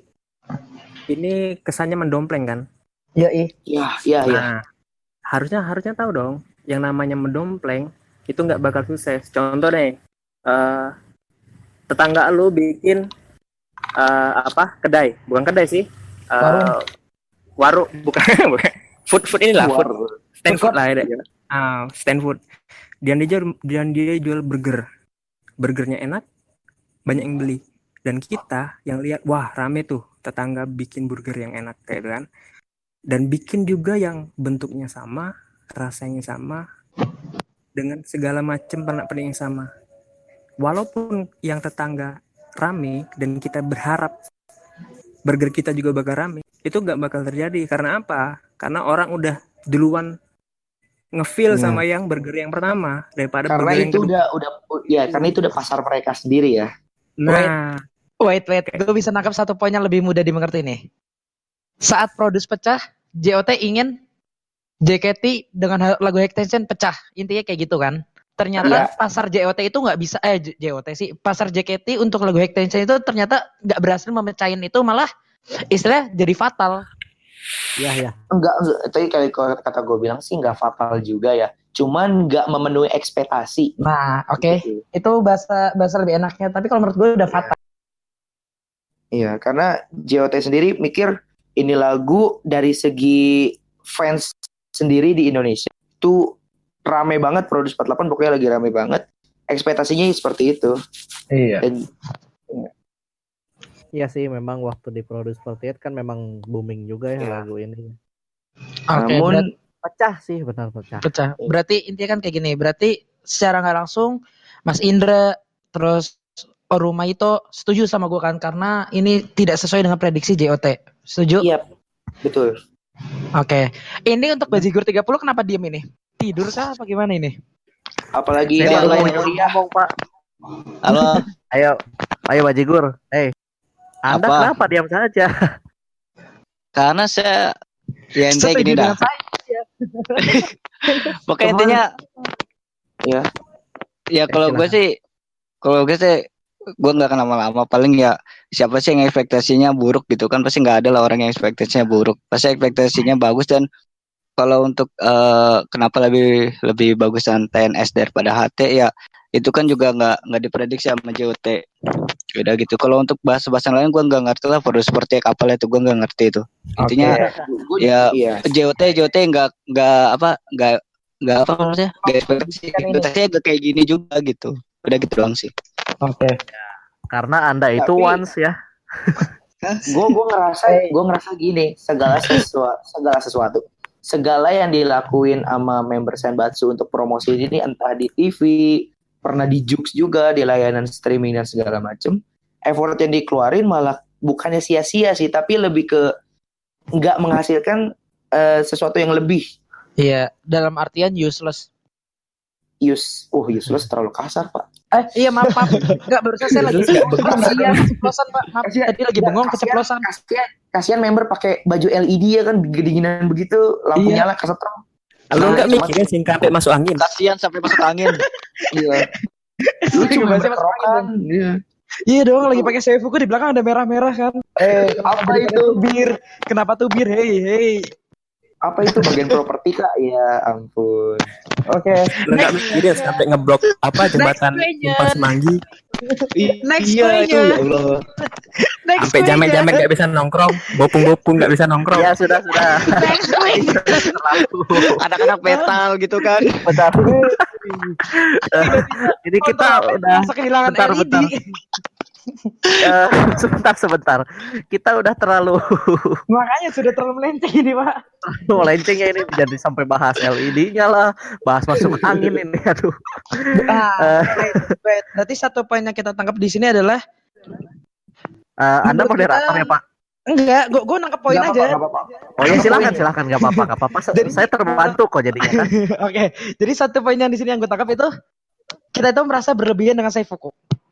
ini kesannya mendompleng kan.
Ya, ih.
Ya, ya, ya.
Nah, harusnya harusnya tahu dong, yang namanya mendompleng itu nggak bakal sukses. Contoh deh, eh, tetangga lu bikin eh, apa kedai, bukan kedai sih, eh,
Warung.
warung, bukan bukan food food inilah food
War.
stand
Food
food lah ya. Ah, stand food. Dan dia jual, dan dia jual burger, burgernya enak, banyak yang beli. Dan kita yang lihat, wah rame tuh tetangga bikin burger yang enak kayak gitu kan. Dan bikin juga yang bentuknya sama, rasanya sama, dengan segala macam pernak-pernik yang sama. Walaupun yang tetangga rame dan kita berharap burger kita juga bakal rame, itu nggak bakal terjadi. Karena apa? Karena orang udah duluan ngefeel
Hmm.
sama yang burger yang pertama daripada
Karena
burger yang
itu
kedua.
udah udah ya karena itu udah pasar mereka sendiri ya.
Nah,
Wait, wait. Gue bisa nangkap satu poin yang lebih mudah dimengerti nih. Saat produce pecah, J O T ingin J K T dengan ha- lagu High Tension pecah. Intinya kayak gitu kan. Ternyata
Iya.
pasar J O T itu nggak bisa, eh J- J O T sih, pasar J K T untuk lagu High Tension itu ternyata nggak berhasil memecahin itu, malah istilah jadi fatal.
Iya, iya.
Enggak, enggak. Tadi kayak kalau kata gue bilang sih enggak fatal juga ya. Cuman enggak memenuhi ekspektasi.
Nah, oke.
Gitu.
Itu bahasa bahasa lebih enaknya. Tapi kalau menurut gue udah fatal.
Iya, karena J O T sendiri mikir ini lagu dari segi fans sendiri di Indonesia itu rame banget. Produce empat delapan pokoknya lagi rame banget. Ekspektasinya seperti itu.
Iya.
Dan
Iya sih, memang waktu di Produce empat delapan kan memang booming juga ya
Iya.
lagu ini.
Oke,
namun
berat-
Pecah sih, benar pecah.
pecah. Berarti intinya kan kayak gini. Berarti secara nggak langsung Mas Indra terus Oruma itu setuju sama gue kan, karena ini tidak sesuai dengan prediksi J O T. Setuju?
iya, betul.
Oke. Ini untuk Bajigur tiga puluh kenapa diem ini? Tidur kah apa gimana ini?
Apalagi
Saya baru
deadline
mau
kuliah.
ngomong, Pak.
Halo,
Ayo, ayo Bajigur. Eh, Anda
Apa?
kenapa diam saja?
karena saya ya intinya
Setuju
gini dah.
dengan saya.
Pokoknya
Cuman-
intinya
Ya,
ya kalau gue
Silakan.
sih, kalau gue sih gue nggak akan lama-lama. Paling ya siapa sih yang ekspektasinya buruk gitu kan, pasti nggak ada lah orang yang ekspektasinya buruk. Pasti ekspektasinya bagus. Dan kalau untuk eh, kenapa lebih lebih bagusan T N S daripada H T, ya itu kan juga nggak nggak diprediksi sama J O T. Beda gitu. Kalau untuk bahasa-bahasa lain gue nggak ngerti lah. Perlu seperti kapal itu gue nggak ngerti itu. Intinya
gue
ya
iya.
J O T J O T nggak nggak apa nggak nggak apa maksudnya nggak ekspektasi ekspektasinya nggak kayak gini juga gitu. Udah gitu doang sih.
Oke.
Karena Anda itu
Tapi-
once ya.
gue gue ngerasa gue ngerasa gini, segala sesuatu segala sesuatu segala yang dilakuin sama member Senbatsu untuk promosi ini, entah di T V, pernah di Joox juga, di layanan streaming dan segala macem, effort yang dikeluarin malah bukannya sia-sia sih, tapi lebih ke nggak menghasilkan eh, sesuatu yang lebih.
Iya, dalam artian useless.
use, oh useless terlalu kasar pak.
Eh iya maaf maaf. Enggak barusan saya lagi kasihan keceplosan Pak. Maaf
Kasihan.
tadi lagi
Ya,
bengong
kasihan,
keceplosan.
Kasihan, kasihan member pakai baju L E D ya kan, kedinginan begitu, lampu
Iya.
nyala kesetrum.
Lu enggak
Nah,
mikirin sih sampai masuk angin.
Kasihan sampai masuk angin.
Iya. Lu cuma
Bahasnya masuk angin,
berkerokan. Iya.
Iya dong lagi pakai seifuku di belakang ada merah-merah kan.
Eh, apa itu?
Bir. Kenapa tuh bir? Hey hey.
Apa itu bagian properti kak? Ya ampun.
Oke.
Lu enggak mikirin sampai ngeblok apa jembatan
question.
Simpang Semanggi.
Next
Iya itu
question.
ya Allah.
Next
Sampai jamet-jamet enggak bisa nongkrong, bopung-bopung enggak bisa nongkrong.
Ya sudah sudah.
Next question.
Terlalu.
Anak-anak metal gitu kan.
Bentar. Ini kita udah
Masa kehilangan
bentar,
L E D.
bentar. Eh, sebentar sebentar. Kita udah terlalu
Makanya sudah terlalu melenceng ini Pak.
melenceng ya ini jadi sampai bahas L E D-nya lah, bahas masuk angin ini. Aduh.
Ah, wait, wait. Berarti satu poin yang kita tangkap di sini adalah
Eh, Anda
Menurut
moderator
kita-
ya Pak?
enggak, gua gua nangkep poin
Nggak
aja.
apa-apa, nggak apa-apa.
Oh ya silakan silakan nggak apa-apa nggak apa-apa.
Jadi-
Saya terbantu kok jadinya kan.
Oke, jadi satu poin yang di sini yang gue tangkap itu kita itu merasa berlebihan dengan Seifuku.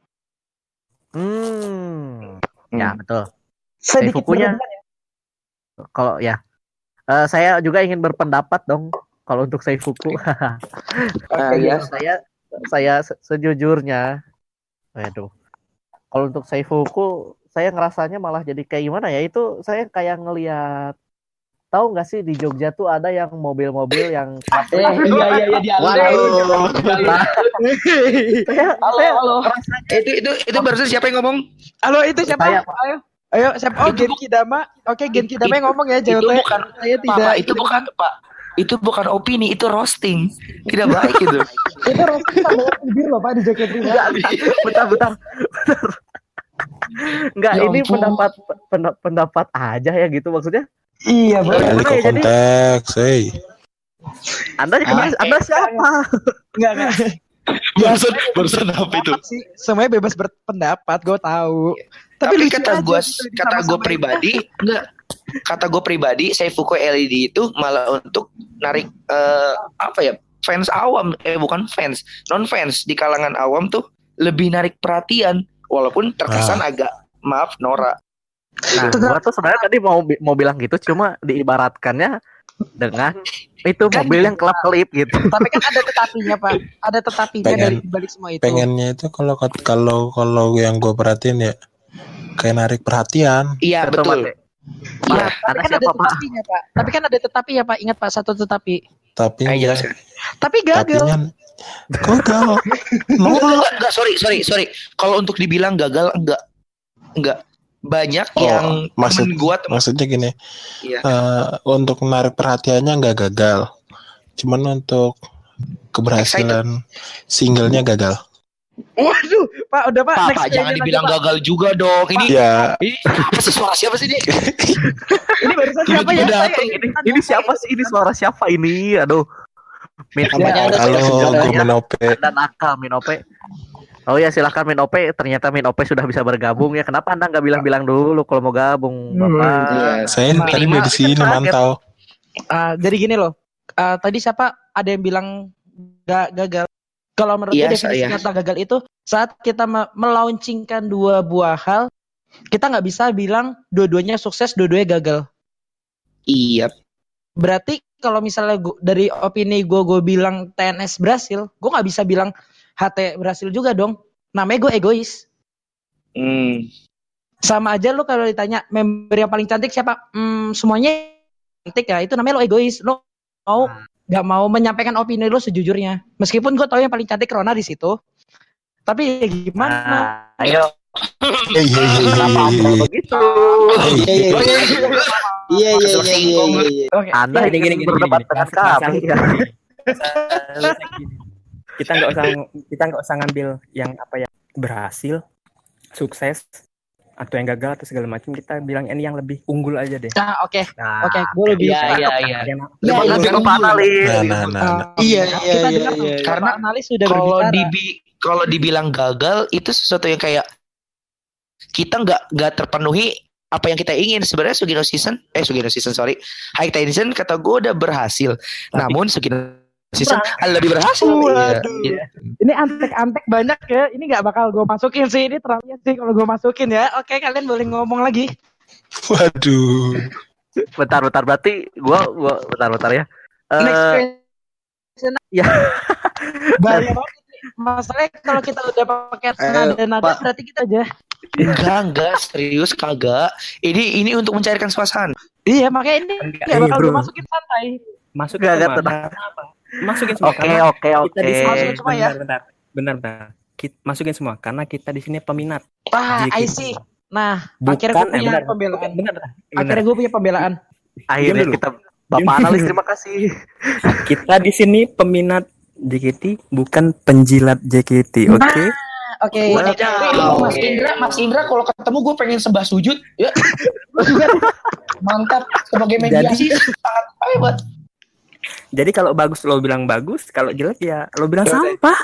Hmm. Ya betul.
Sedikit
Seifukunya-
berlebihan.
Kalau ya, Eh, saya juga ingin berpendapat dong. Kalau untuk Seifuku,
Ah, ya.
saya saya se- sejujurnya, waduh. Kalau untuk Seifuku, saya ngerasanya malah jadi kayak gimana ya? Itu saya kayak ngelihat, tahu nggak sih di Jogja tuh ada yang mobil-mobil yang
Eh, iya iya iya di
Waduh.
saya,
Halo,
saya
halo.
ngerasanya-
Itu itu itu barusan siapa yang ngomong?
Halo, itu siapa?
Saya, Pak.
Ayo. Ayo, siapa? Oh,
Itu
Genki Dama. Oke, Genki Dama yang
itu-
ngomong ya,
Itu
J O T.
bukan
Saya
Pak,
tidak.
Pak, itu bukan Pak. Itu bukan opini, itu roasting. Tidak baik itu.
Itu roasting sama bir loh, Pak, di Jaket
enggak, enggak, bentar, bentar, bentar. Enggak,
Ya
ini
ampun.
pendapat pen- pendapat aja ya gitu maksudnya.
Iya, Bro.
Gimana
Balik ke
ya, jadi-
konteks, hey.
Anda anda, anda siapa?
Enggak, enggak.
Barusan barusan apa itu?
Sih, semuanya bebas berpendapat, gue tahu.
Tapi
lucu
kata
aja
gue
gitu,
kata gue
sama-sama.
pribadi enggak. Kata gue pribadi, Seifuku L E D itu malah untuk narik eh, apa ya? Fans awam, eh bukan fans, non fans di kalangan awam tuh lebih narik perhatian, walaupun terkesan agak maaf Nora.
Nah, gua tuh sebenarnya tadi mau bi- mau bilang gitu, cuma diibaratkannya dengan itu
Kan
mobil yang kelap-kelip gitu.
Tapi kan ada tetapinya, Pak. Ada tetapinya
Pengen-
dari balik semua itu.
Pengennya itu kalau kalau kalau yang gue perhatiin ya kayak narik perhatian.
Iya
Betul,
betul.
Pak.
Iya.
Tapi
Anda
kan ada
siapa, Pak?
tetapinya, Pak. Tapi kan ada tetapi ya, Pak. Ingat, Pak, satu tetapi.
Tapi
Ayo
ya,
jelaskan.
Tapi gagal.
tapinya gagal. Nora.
Enggak, enggak, sorry, sorry, sorry. Kalau untuk dibilang gagal, enggak. Enggak. Banyak
Oh,
yang
maksud-
temen gua temen,
Maksudnya gini,
Iya.
eh, untuk menarik perhatiannya nggak gagal, cuman untuk keberhasilan singlenya gagal.
Waduh, Pak, udah, Pak.
Pak,
Next
Pak, jangan
question
dibilang
aja, Pak.
gagal juga dong. Ini
Ya,
ini apa sih, suara siapa sih dia?
Ini barusan siapa
Tiba-tiba
ya? Saya
datang.
Ini, ini siapa sih? Ini suara siapa ini? Aduh. Min,
Namanya ada
halo,
sejarahnya.
gue Minope.
Anda nakal Minope. Oh ya silakan Minope. Ternyata Minope sudah bisa bergabung ya. Kenapa Anda nggak bilang-bilang dulu kalau mau gabung, Bapak?
Iya.
Saya tadi
Minimal-
dari sini
kaget.
mantau.
Ah, jadi gini loh. Ah, tadi siapa ada yang bilang gak gagal. Kalau menurut
Iya,
gue definisi
saya.
kata gagal itu saat kita me- melaunchingkan dua buah hal, kita nggak bisa bilang dua-duanya sukses, dua-duanya gagal.
Iya.
Berarti kalau misalnya gua, dari opini gue gue bilang T N S berhasil, gue nggak bisa bilang H T berhasil juga dong. Namanya gue egois.
Hmm.
Sama aja lu kalau ditanya member yang paling cantik siapa? Hmm, semuanya cantik ya. Itu namanya lo egois. Lo mau nggak mau menyampaikan opini lo sejujurnya. Meskipun gue tahu yang paling cantik Rona di situ. Tapi ya gimana?
Nah, ayo.
Hey, hey, hey,
Kenapa
hey,
Anda
hey,
begitu?
hey.
Iya iya iya. Iya iya iya iya iya.
Oke.
Anda
Gini,
ingin
gini, gini,
berdebat
gini.
dengan
Masalah
kami
gini.
ya.
Masalah gini. Kita nggak usah kita nggak usah ngambil yang apa ya berhasil, sukses atau yang gagal atau segala macam. Kita bilang ini yang lebih unggul aja deh.
Nah, oke.
Nah,
Oke, gue lebih
Iya,
suka.
iya, iya.
Yang-
Ya,
lebih
iya,
lebih
iya.
ke analis.
Nah, nah, nah, nah.
Iya
Kita
iya iya
dengar
iya.
Karena
Pak analis sudah
Kalau
berbicara.
dibi kalau dibilang gagal itu sesuatu yang kayak kita nggak nggak terpenuhi apa yang kita ingin. Sebenarnya Sugino season eh Sugino season sorry High Tension kata gue udah berhasil.
Tapi-
Namun Sugino season lebih berhasil.
Waduh.
Iya.
Ini antek-antek banyak ya. Ini nggak bakal gue masukin sih. Ini terlalu sih kalau gue masukin ya. Oke, kalian boleh ngomong lagi.
Waduh.
Bentar, bentar. Berarti gua, gua bentar, bentar ya. Eh,
Next question.
ya.
Bahaya banget. Masalahnya kalau kita udah pakai
Eh,
nada-nada
Pak.
berarti kita aja.
Enggak, enggak, serius kagak. Ini ini untuk mencairkan suasana.
Iya, makanya ini
Enggak,
nggak
iya,
bakal
bro.
gue masukin santai.
Masukin
Enggak,
semua.
enggak, tenang.
Karena apa? Masukin semua.
Oke,
karena
oke,
kita di sini
oke.
Masukin semua ya.
bentar, bentar, bentar, bentar. Kita masukin semua karena kita di sini peminat.
Wah,
J K T.
I see. Nah,
Bukan,
akhirnya gue
eh,
punya
benar,
pembelaan.
Benar, benar.
Akhirnya gue punya pembelaan.
Akhirnya
Diam dulu.
kita Bapak
Diam
analis
dulu.
terima kasih.
Kita di sini peminat J K T, bukan penjilat J K T, oke?
Nah, Oke.
Wadidaw. Mas Indra, Mas Indra kalau ketemu gue pengen sembah sujud, ya. Mantap sebagai mediasi sangat hebat.
Jadi kalau bagus lo bilang bagus, kalau jelek ya lo bilang sampah.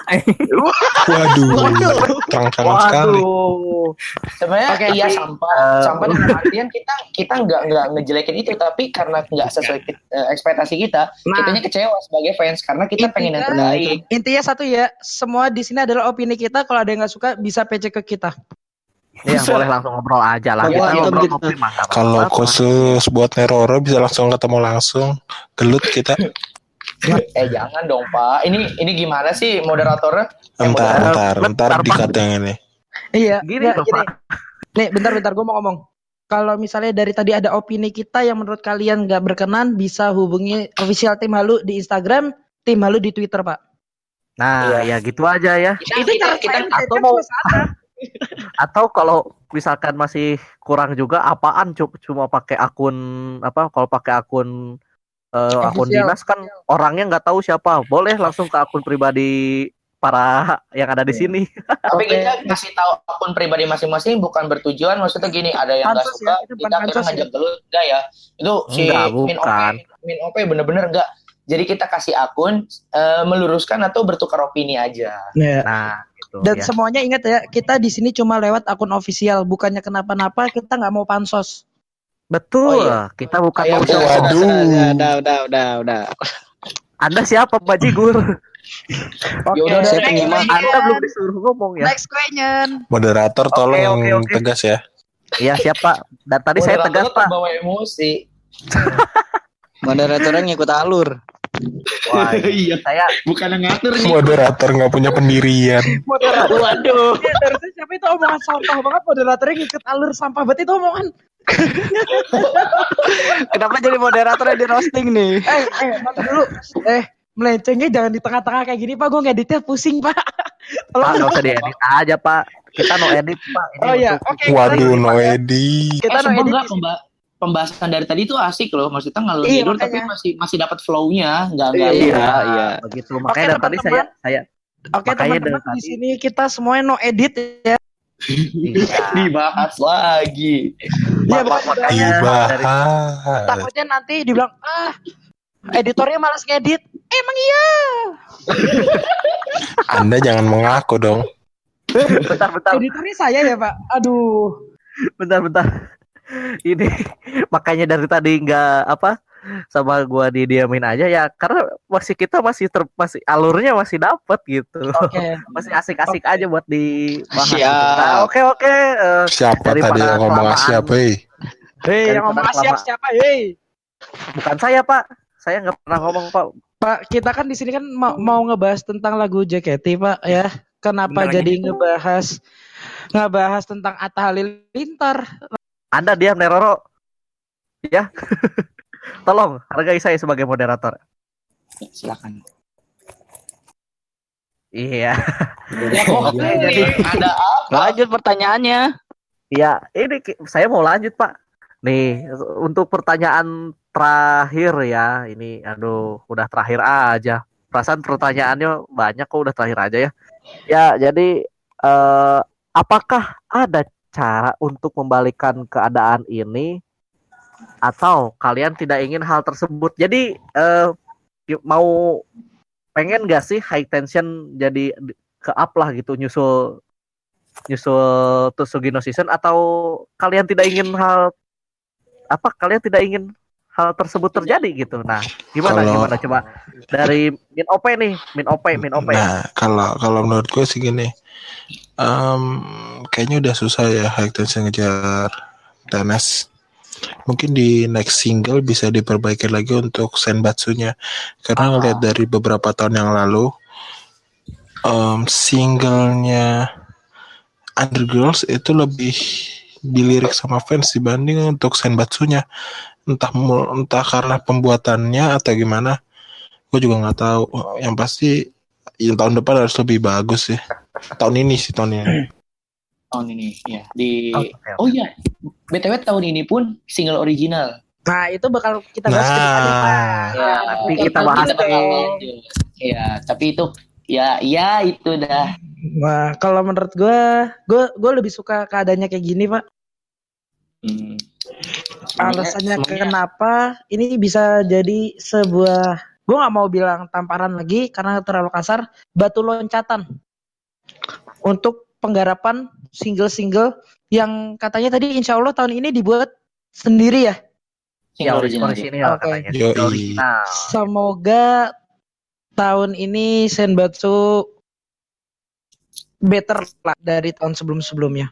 Waduh. Terang-terang sekali.
Waduh.
Sebenarnya
Oke,
iya
tapi,
sampah,
eh,
sampah dalam artian kita kita nggak nggak ngejelekin itu, tapi karena nggak sesuai eh, ekspektasi kita,
Nah.
kitanya kecewa sebagai fans karena kita pengen yang
Intinya-
terbaik.
Intinya satu ya, semua di sini adalah opini kita. Kalau ada yang nggak suka bisa P C ke kita.
Ya boleh langsung ngobrol aja lah.
Oke,
Kita
gitu,
ngobrol
gitu.
ngopi mah nggak
Kalau
apa-apa.
khusus buat Neroro bisa langsung ketemu langsung. Gelut kita.
Eh jangan dong Pak, ini ini gimana sih moderatornya? Eh,
Entar,
moderator.
entar, entar
Bentar,
dikat yang ini.
Iya.
Gini
nggak,
loh,
gini.
Pak.
Nih, bentar-bentar gue mau ngomong. Kalau misalnya dari tadi ada opini kita yang menurut kalian nggak berkenan, bisa hubungi official tim Halu di Instagram, tim Halu di Twitter, Pak.
Nah, ya gitu aja ya.
Kita kita, kita
atau mau atau kalau misalkan masih kurang juga apaan cu- cuma pakai akun apa kalau pakai akun eh, akun
Official.
dinas kan orangnya nggak tahu siapa, boleh langsung ke akun pribadi para yang ada di sini.
tapi
Oke.
kita ngasih tahu akun pribadi masing-masing bukan bertujuan, maksudnya gini, ada yang nggak
Pansus
suka,
ya, itu bukan
kita akhirnya
pansus
ngajak
ya.
gelut, enggak ya? Itu si
Enggak,
Min O P,
bukan.
Min O P bener-bener enggak. Jadi kita kasih akun eh, meluruskan atau bertukar opini aja.
Ya.
Nah, gitu
Dan
ya.
semuanya ingat ya, kita di sini cuma lewat akun official, bukannya kenapa-napa, kita nggak mau pansos.
Betul.
Oh, iya.
Kita bukan
Kayak
mau
udah,
Waduh.
Udah, udah, udah, udah, udah.
Anda siapa Pak Jigur?
Oke,
Ya udah,
saya
next
penyimak.
question.
Anda belum disuruh ngomong ya.
Next question.
Moderator tolong
Oke, oke,
yang
oke.
tegas ya.
Iya siapa? Dan tadi saya tegas
Moderatornya
Pak.
terbawa emosi.
Moderatornya ngikut alur.
Wah,
Iya,
saya
bukan yang ngatur nih.
Moderator nggak punya pendirian.
Moderator.
Waduh.
Ya, harusnya siapa itu omongan sampah banget, moderatornya ngikut alur sampah banget itu omongan.
Kenapa jadi moderatornya di roasting nih?
Eh, eh, nanti dulu. Eh, melencengnya jangan di tengah-tengah kayak gini, Pak. Gue ngeditnya pusing, Pak.
Pak
Tolong.
nggak usah diedit aja Pak. Kita no edit Pak. Ini
Oh iya,
untuk-
oke.
Waduh, no edit.
Kita
eh,
no
sumpah
edit.
enggak, pemba- pembahasan dari tadi tuh asik loh. Maksudnya ngalur
Iya,
ngidul tapi
makanya.
masih masih dapat flow-nya, enggak enggak.
Iya,
enggak.
iya.
Begitu. Makanya dari tadi saya
teman-teman.
saya
Oke,
Makanya
teman-teman,
dari
di
tadi-
sini kita semuanya no edit ya.
iya.
Dibahas lagi.
Iya,
Mak-
makanya
makanya dari-
Dibahas.
takutnya nanti dibilang, ah, editornya malas ngedit. Emang iya.
Anda jangan mengaku dong.
bentar bentar
Editornya saya ya, Pak. Aduh.
bentar bentar. Ini makanya dari tadi nggak apa sama gua didiamin aja ya karena masih kita masih ter, masih alurnya masih dapet gitu.
Oke.
Masih asik-asik
Oke.
aja buat dibahas.
Siap.
Gitu. Nah, oke oke. eh,
Siapa
Daripada
tadi yang ngomong
kelamaan.
siapa?
Hei,
Eh?
Daripada
yang ngomong siap
kelamaan.
siapa? Hei.
bukan saya Pak. Saya nggak pernah ngomong Pak.
Pak, kita kan di sini kan mau, mau ngebahas tentang lagu J K T, Pak, ya. Kenapa
Bentar
jadi
lagi.
ngebahas ngebahas tentang Atta Halilintar?
Anda diam Neroro. Ya. Tolong hargai saya sebagai moderator.
Silakan.
Iya.
Ya, kok
jadi
ada apa?
Lanjut pertanyaannya.
ya ini ki- saya mau lanjut Pak. Nih untuk pertanyaan terakhir ya. Ini aduh udah terakhir aja. Perasaan pertanyaannya banyak kok udah terakhir aja ya. Ya jadi eh, apakah ada cara untuk membalikan keadaan ini atau kalian tidak ingin hal tersebut? Jadi eh, y- mau pengen gak sih high tension jadi di- ke up lah gitu nyusul nyusul Tsugino season atau kalian tidak ingin hal apa kalian tidak ingin hal tersebut terjadi gitu. Nah, gimana
Kalau-
gimana coba dari Min Ope nih, Min Ope, Min Ope.
Nah, kalau kalau menurut gue sih gini, em, kayaknya udah susah ya High Tension ngejar T N S. Mungkin di next single bisa diperbaiki lagi untuk senbatsunya, karena ngeliat dari beberapa tahun yang lalu, em, singlenya Undergirls itu lebih dilirik sama fans dibanding untuk senbatsunya. Entah mu- entah karena pembuatannya atau gimana, gue juga nggak tahu. Yang pasti ya, tahun depan harus lebih bagus sih. Tahun ini sih tahun ini.
Tahun ini ya di
Oke, oke.
oh iya B T W tahun ini pun single original.
Nah, itu bakal kita bahas ke depannya, Pak.
Nah,
Ya,
nanti
bukan
kita
tahun
bahas
ini, bakal
deh.
lanjut. Ya, tapi itu ya ya itu dah.
Nah, kalau menurut gue, gue gue lebih suka keadaannya kayak gini, Pak.
Hmm.
Alasannya
Semuanya-
kenapa ini bisa jadi sebuah, gue nggak mau bilang tamparan lagi karena terlalu kasar, batu loncatan untuk penggarapan single-single yang katanya tadi insya Allah tahun ini dibuat sendiri ya.
Ya,
single original.
original
Oke.
katanya.
Yoi.
Original.
Semoga tahun ini Senbatsu better lah dari tahun sebelum-sebelumnya.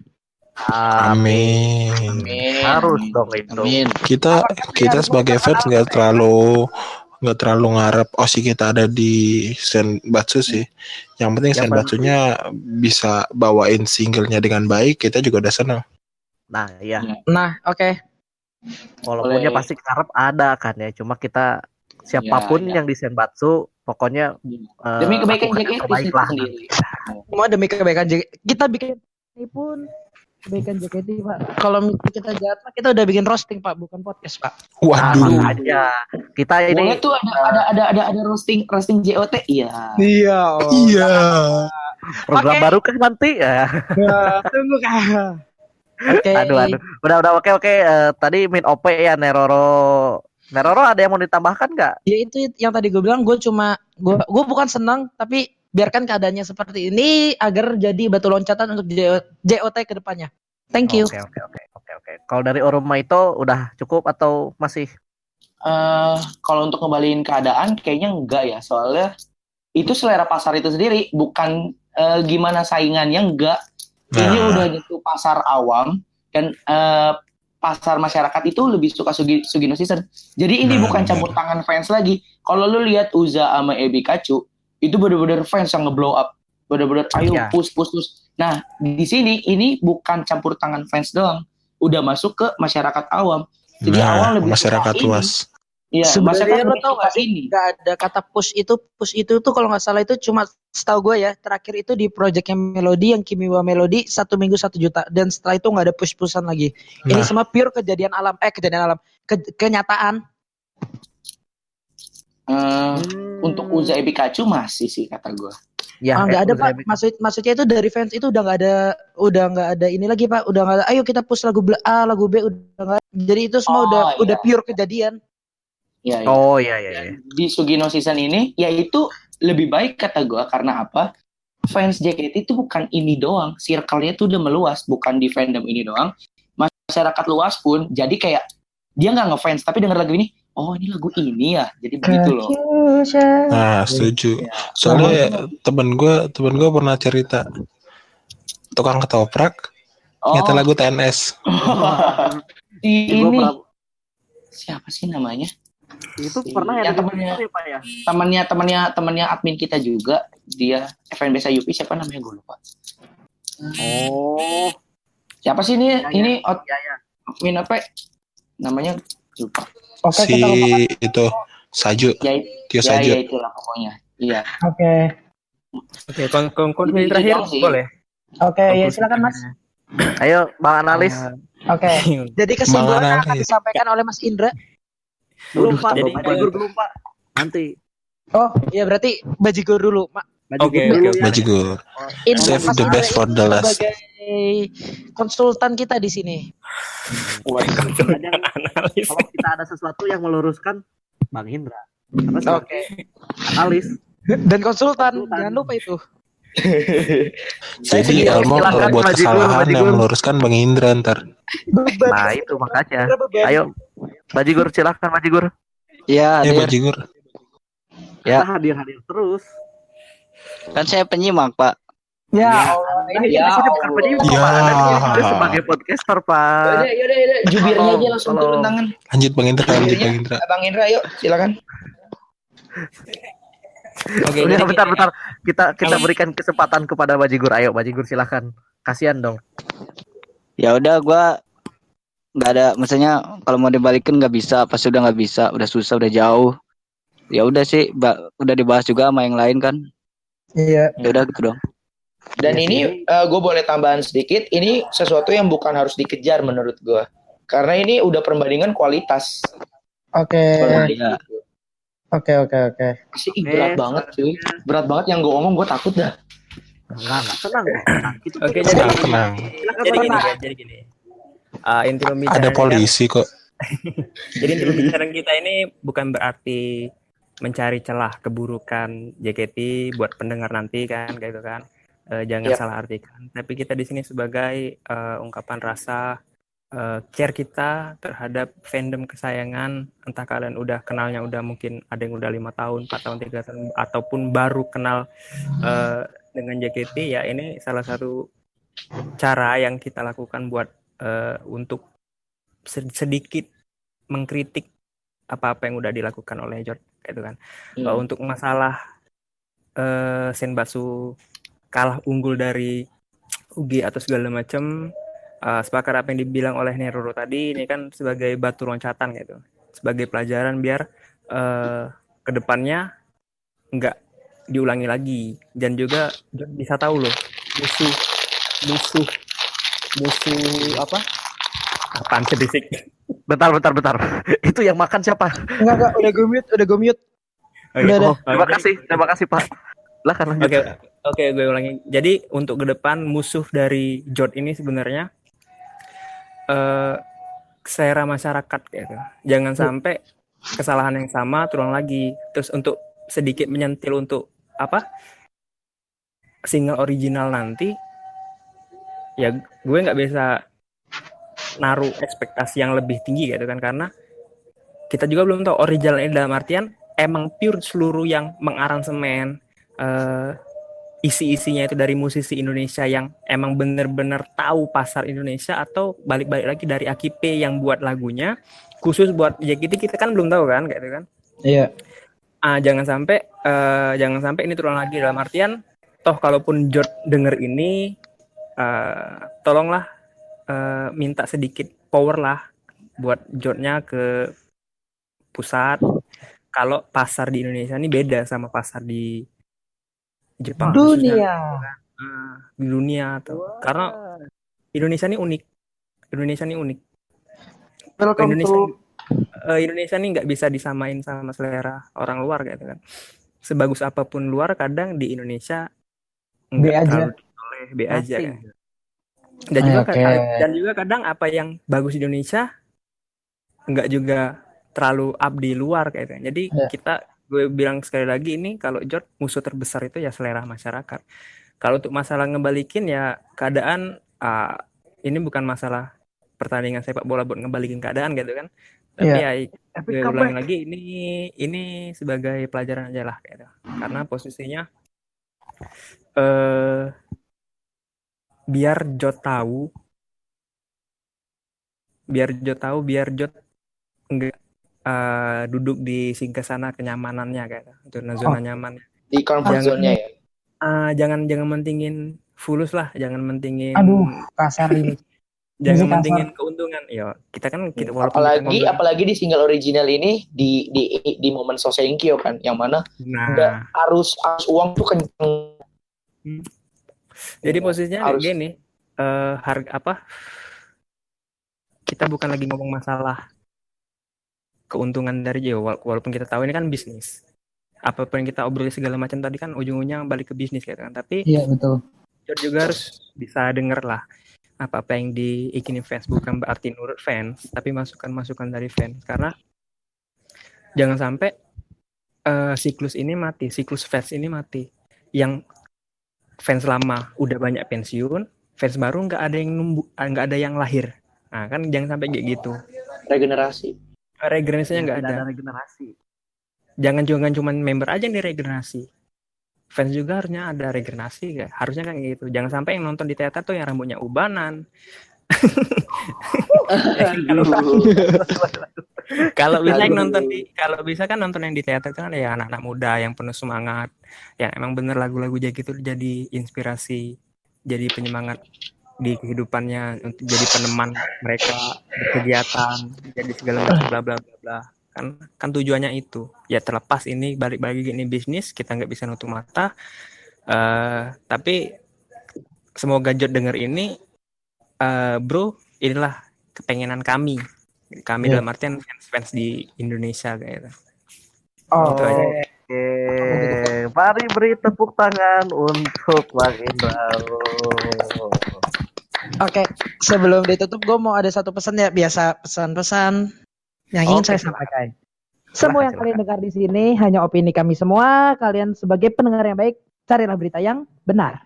Amin.
Amin.
Amin.
Harus dong itu.
Amin.
Kita kita sebagai fans nggak terlalu nggak terlalu ngarep oh sih kita ada di Senbatsu sih. Yang penting
Yang
Senbatsunya bisa bawain singlenya dengan baik, kita juga udah senang.
Nah, iya.
Nah, oke.
Walaupun ya
Boleh.
pasti ngarep ada kan ya. Cuma kita siapapun
Ya, ya.
yang di Senbatsu pokoknya eh,
Demi kebaikan
lakukan
J K
yang
T
terbaik lah.
sendiri.
Semua demi kebaikan J K T. Kita bikin ini pun kebaikan J K T, Pak. Kalau misalnya kita jahat, Pak, kita udah bikin roasting, Pak, bukan podcast, Pak.
Waduh.
aja. Kita
Boleh
ini
tuh ada ada ada ada ada roasting roasting J O T. Iya.
Iya.
Iya.
program
Oke.
baru kan nanti ya.
Tunggu, Kak. Oke.
Aduh aduh. Udah udah oke oke. Eh, tadi Min O P ya Neroro. Neroro ada yang mau ditambahkan nggak?
Ya itu yang tadi gue bilang, gue cuma gue gue bukan senang, tapi biarkan keadaannya seperti ini agar jadi batu loncatan untuk J O T ke depannya. Thank you.
Oke oke oke oke oke. Kalau dari Oruma itu udah cukup atau masih?
Eh, kalau untuk ngembaliin keadaan kayaknya enggak ya, soalnya itu selera pasar itu sendiri, bukan eh, gimana saingannya enggak. Ini
Nah.
udah gitu pasar awam dan eh, pasar masyarakat itu lebih suka Sugi, Sugino Season. Jadi ini
Nah,
bukan
benar.
campur tangan fans lagi. Kalau lu lihat Uza sama Ebikachu, itu bener-bener fans yang nge-blow up. Bener-bener ayo
Iya.
push push push. Nah, di sini ini bukan campur tangan fans doang. Udah masuk ke masyarakat awam. Jadi awam
Nah,
lebih
masyarakat
suka ini.
luas.
Iya,
Sebenarnya
masyarakat
lo
lebih
tau
suka
gak sih,
ini.
gak ada kata push itu, push itu tuh kalau nggak salah itu cuma setahu gue ya, terakhir itu di projectnya Melody yang Kimiwa Melody satu minggu satu juta dan setelah itu nggak ada push pushan lagi. Ini
Nah.
semua pure kejadian alam, eh kejadian alam, ke- kenyataan.
Eh,
Hmm.
Untuk Uza Ebikachu masih sih kata gue.
Ya,
Ah, nggak
eh,
ada
udah
Pak.
lebih-
Maksud maksudnya itu dari fans itu udah nggak ada, udah nggak ada ini lagi Pak. Udah nggak ada. Ayo kita push lagu bla- A, lagu B udah nggak. Jadi itu semua
Oh,
udah
iya.
udah pure kejadian.
Ya, ya.
Oh iya iya iya.
Di Sugino Season ini yaitu lebih baik kata gue karena apa? Fans J K T itu bukan ini doang, circle-nya tuh udah meluas, bukan di fandom ini doang. Masyarakat luas pun jadi kayak dia nggak ngefans tapi denger lagu ini, oh ini lagu ini ya, jadi begitu loh.
Nah, setuju. Soalnya temen gue, temen gue pernah cerita tukang ketoprak
Oh,
nyata lagu T N S.
di
Gua
ini
pernah-
siapa sih namanya?
itu pernah ya
Yang
ada
temennya.
ya, Pak ya.
Temannya temannya temannya admin kita juga, dia F N B S U P siapa namanya gue lupa.
Oh,
Siapa sih ini?
Ya, ya.
Ini ad-
iya ya.
admin apa? Namanya lupa.
Oke
Si
kita ngomong.
itu Saju,
Ya,
Tio
ya,
Saju.
ya itulah pokoknya. Iya.
Oke.
Oke, kon kon konklusi
Itu
terakhir
doang sih.
boleh.
Oke ya
Konklusi
silakan Mas.
Ayo Bang analis.
Oke. Jadi kesimpulannya akan
Menganalisis.
disampaikan oleh Mas Indra.
belum Pak,
jadi-
bajigur belum Pak. Nanti.
Oh iya berarti bajigur dulu. Ma-
Bajigur
Oke,
dulu
oke,
ya.
oke.
Bajigur.
Indra,
Save
Mas
the
Indra
best for
ini
the last.
sebagai konsultan kita di sini.
Kadang
Analis.
kalau kita ada sesuatu yang meluruskan Bang Indra. Karena sebagai
Oke.
analis.
Dan konsultan,
Konsultan.
jangan lupa itu.
Saya
Jadi
sih
Elmo
silakan,
kalau buat
Bajigur,
kesalahan
Bajigur.
yang meluruskan Bang Indra ntar.
Beban.
Nah itu makanya.
Beban.
Ayo Bajigur silakan Bajigur.
Ya,
Ya
hadir.
Bajigur.
Ya.
Kita hadir-hadir terus.
Kan saya penyimak, Pak.
Ya
Ya,
Allah,
Anda
ini
ini
Ya
di sini bukan
Allah.
penyimak,
Ya.
Pak. Anda di sini juga sebagai podcaster, Pak.
Yaudah, yaudah, yaudah. Jubirnya
Tolong,
aja langsung turun
tolong.
tangan.
Lanjut Bang Indra, lanjut
Jubirnya,
Bang Indra.
Bang Indra, yuk silakan.
Oke,
Udah,
jadi
bentar,
gini,
bentar. Kita kita berikan kesempatan kepada Bajigur. Ayo, Bajigur silakan. Kasihan dong.
Ya udah, gua nggak ada, maksudnya kalau mau dibalikin nggak bisa, pas udah nggak bisa, udah susah, udah jauh. Ya udah sih, ba- udah dibahas juga sama yang lain kan.
Iya.
Ya udah gitu dong.
Dan
Ya,
ini gue boleh tambahan sedikit, ini sesuatu yang bukan harus dikejar menurut gue. Karena ini udah perbandingan kualitas.
Oke.
Iya.
Oke, oke, oke.
Sih ih, berat
Oke,
banget cuy. Berat banget yang gue omong, gue takut dah.
Enggak, enggak tenang. Gitu.
Oke, jadi
Tenang, tenang.
Silakan,
jadi gini,
Bajigur.
guys, jadi gini. Ah, inti pembicaraan
Ada
kan-
polisi kok.
Jadi inti pembicaraan kita ini bukan berarti mencari celah keburukan J K T buat pendengar nanti kan, kayak gitu kan. Eh, jangan
Yap.
salah artikan. Tapi kita di sini sebagai eh, ungkapan rasa eh, care kita terhadap fandom kesayangan. Entah kalian udah kenalnya udah mungkin ada yang udah lima tahun, empat tahun, tiga tahun, ataupun baru kenal eh, dengan J K T, ya ini salah satu cara yang kita lakukan buat eh, untuk sed- sedikit mengkritik apa-apa yang udah dilakukan oleh Jod, gitu kan.
Hmm.
Uh, untuk masalah uh, Senbatsu kalah unggul dari U G atau segala macam, uh, sepakat apa yang dibilang oleh Neroro tadi, ini kan sebagai batu loncatan gitu, sebagai pelajaran biar uh, kedepannya nggak diulangi lagi, dan juga Jod bisa tahu loh musuh musuh musuh apa apaan sih berisik.
Bentar, bentar, bentar. Itu yang makan siapa?
Enggak, enggak, udah gue mute, udah gue mute. Udah,
Oh,
udah.
terima kasih, terima kasih Pak. Silakan lanjut.
Oke, oke, gue ulangi. Jadi untuk ke depan musuh dari Jod ini sebenarnya eh selera masyarakat gitu. Jangan sampai kesalahan yang sama terulang lagi. Terus untuk sedikit menyentil untuk apa? Single original nanti, ya gue nggak bisa naruh ekspektasi yang lebih tinggi gitu kan, karena kita juga belum tahu original ini dalam artian emang pure seluruh yang mengaransemen uh, isi-isinya itu dari musisi Indonesia yang emang bener-bener tahu pasar Indonesia, atau balik-balik lagi dari Aki P yang buat lagunya khusus buat J K T, kita kan belum tahu kan gitu kan.
Iya.
Ah, jangan sampai uh, jangan sampai ini terulang lagi, dalam artian toh kalaupun Jod denger ini uh, tolonglah uh, minta sedikit power lah buat Jodnya ke pusat. Kalau pasar di Indonesia ini beda sama pasar di Jepang khususnya.
Dunia.
Ah, di dunia tuh. Karena Indonesia ini unik. Indonesia ini unik.
Welcome
Indonesia
to
eh, Indonesia ini nggak bisa disamain sama selera orang luar gitu kan. Sebagus apapun luar, kadang di Indonesia
B
nggak
aja.
terlalu oleh B aja
Asing.
kan. Dan juga
Oke.
kadang, dan juga kadang apa yang bagus di Indonesia nggak juga terlalu up di luar kayak gitu. Jadi
Ya.
kita, gue bilang sekali lagi, ini kalau Jod musuh terbesar itu ya selera masyarakat. Kalau untuk masalah ngebalikin ya keadaan, ah, ini bukan masalah pertandingan sepak bola buat ngebalikin keadaan gitu kan. Tapi
Iya.
ya
Epic
gue
comeback.
ulang lagi, ini ini sebagai pelajaran aja lah gitu. Karena posisinya eh biar Jod tahu, biar Jod tahu, biar Jod enggak eh, duduk di singgasana kenyamanannya kayak itu, zona
Oh.
nyaman.
Di comfort
Jangan-
zone-nya ya.
Ah, jangan jangan mentingin fulus lah, jangan mentingin
Aduh, kasar ini.
jangan
kasar.
mentingin keuntungan. Yo, kita kan kita walaupun kita
apalagi
ngomong-
apalagi di single original ini di di di momen Sosenkyo kan, yang mana udah
nah,
arus arus uang tuh kenceng.
jadi posisinya
harus-
kayak gini, eh harga apa? Kita bukan lagi ngomong masalah keuntungan dari Jio, wala- walaupun kita tahu ini kan bisnis. Apapun yang kita obrolin segala macam tadi kan ujung-ujungnya balik ke bisnis gitu kan. Tapi
Iya, betul.
Jod juga harus bisa denger lah apa-apa yang diikinin fans, bukan berarti nurut fans, tapi masukan-masukan dari fans. Karena jangan sampai eh, siklus ini mati, siklus fans ini mati. Yang fans lama udah banyak pensiun, fans baru nggak ada yang numbuh, nggak ada yang lahir. Nah kan jangan sampai kayak gitu.
Regenerasi.
Regenerasinya
Ya,
nggak
tidak
ada.
ada regenerasi.
Jangan jangan cuma member aja yang diregenerasi. Fans juga harusnya ada regenerasi ya. Harusnya kan gitu. Jangan sampai yang nonton di teater tuh yang rambutnya ubanan. Ya kan, kalau kalau bisa yang nonton di kalau bisa kan nonton yang di teater kan ya anak-anak muda yang penuh semangat, yang emang bener lagu-lagu jadi gitu jadi inspirasi, jadi penyemangat di kehidupannya, untuk jadi peneman mereka berkegiatan, jadi segala macam bla bla bla bla. Kan kan tujuannya itu. Ya terlepas ini balik-balik ini bisnis, kita nggak bisa nutup mata. Uh, tapi semoga Jod denger ini, uh, bro, inilah kepengenan kami. Kami
Iya.
dalam artian fans-fans di Indonesia kayak gitu.
Oh,
Itu aja.
Oke, mari beri tepuk tangan untuk Bang Indra.
Oke, sebelum ditutup gue mau ada satu pesan ya, biasa pesan-pesan yang ingin
Oke,
saya
silakan.
sampaikan.
Silakan,
Semua yang
silakan.
kalian dengar di sini hanya opini kami semua. Kalian sebagai pendengar yang baik, carilah berita yang benar.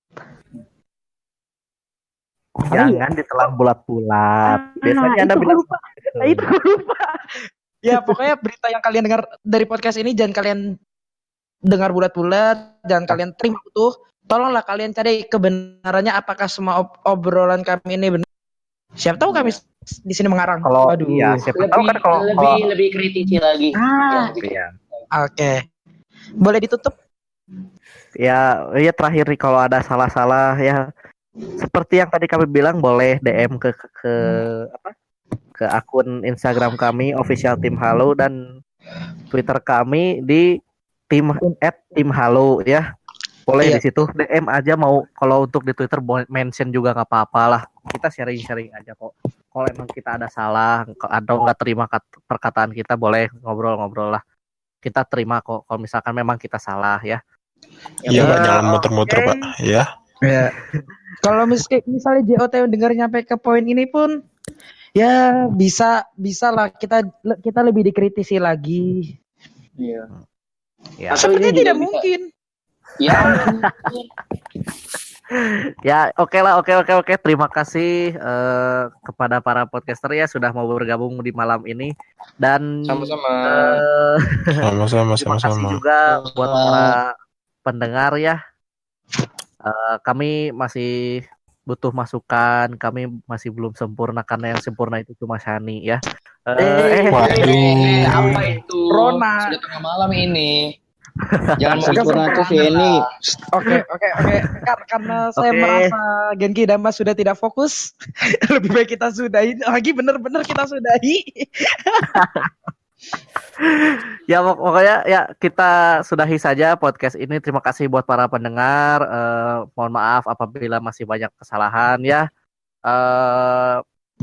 Jangan ditelan bulat-bulat. Biasanya Anda
itu gue
bilang
lupa. Nah, itu gue lupa. Ya pokoknya berita yang kalian dengar dari podcast ini jangan kalian dengar bulat-bulat, jangan kalian terima utuh. Tolonglah kalian cari kebenarannya, apakah semua ob- obrolan kami ini benar. Siapa tahu kami di sini mengarang.
kalau
Waduh.
iya, siapa
lebih
tahu kan kalau
lebih
kalau
lebih kritisi lagi.
Ah,
iya.
oke. Boleh ditutup?
Ya, ya terakhir nih kalau ada salah-salah ya seperti yang tadi kami bilang boleh D M ke ke, ke apa? Ke akun Instagram kami official tim Halo dan Twitter kami di tim at tim Halo ya. Boleh
Iya.
di situ D M aja, mau kalau untuk di Twitter boleh mention juga nggak apa-apa lah. Kita sharing-sharing aja kok. Kalau emang kita ada salah atau nggak terima kat- perkataan kita, boleh ngobrol-ngobrol lah. Kita terima kok kalau misalkan memang kita salah ya.
Iya, Pak,
Eh,
jangan muter-muter,
oke.
Pak. Ya.
Ya. Kalau mis- misalnya J O T dengar nyampe ke poin ini pun ya bisa bisa lah kita kita lebih dikritisi lagi.
Iya.
Ya.
Atau
Sepertinya
ini juga
tidak
bisa.
mungkin.
Ya,
Ya, oke lah, oke oke oke. Terima kasih eh, kepada para podcaster ya sudah mau bergabung di malam ini dan
Sama-sama.
eh,
Sama-sama,
terima kasih
sama-sama.
juga buat para pendengar ya. Eh, kami masih butuh masukan, kami masih belum sempurna karena yang sempurna itu cuma Shani ya. Eh, eh,
Waduh.
apa itu?
Rona.
Sudah tengah malam ini. Jangan mau
Sempurna tuh si ini.
Oke oke oke. Kar- karena saya
Oke.
merasa Genki dan Mas sudah tidak fokus, lebih baik kita sudahi. Lagi bener-bener kita sudahi.
Ya pok- pokoknya ya kita sudahi saja podcast ini. Terima kasih buat para pendengar. Eh, mohon maaf apabila masih banyak kesalahan ya. Eh,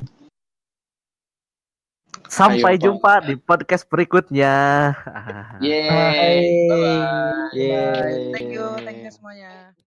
sampai
Ayo, Pak.
jumpa di podcast berikutnya.
Yeay. Bye-bye.
Yeay.
Thank you, thank you semuanya.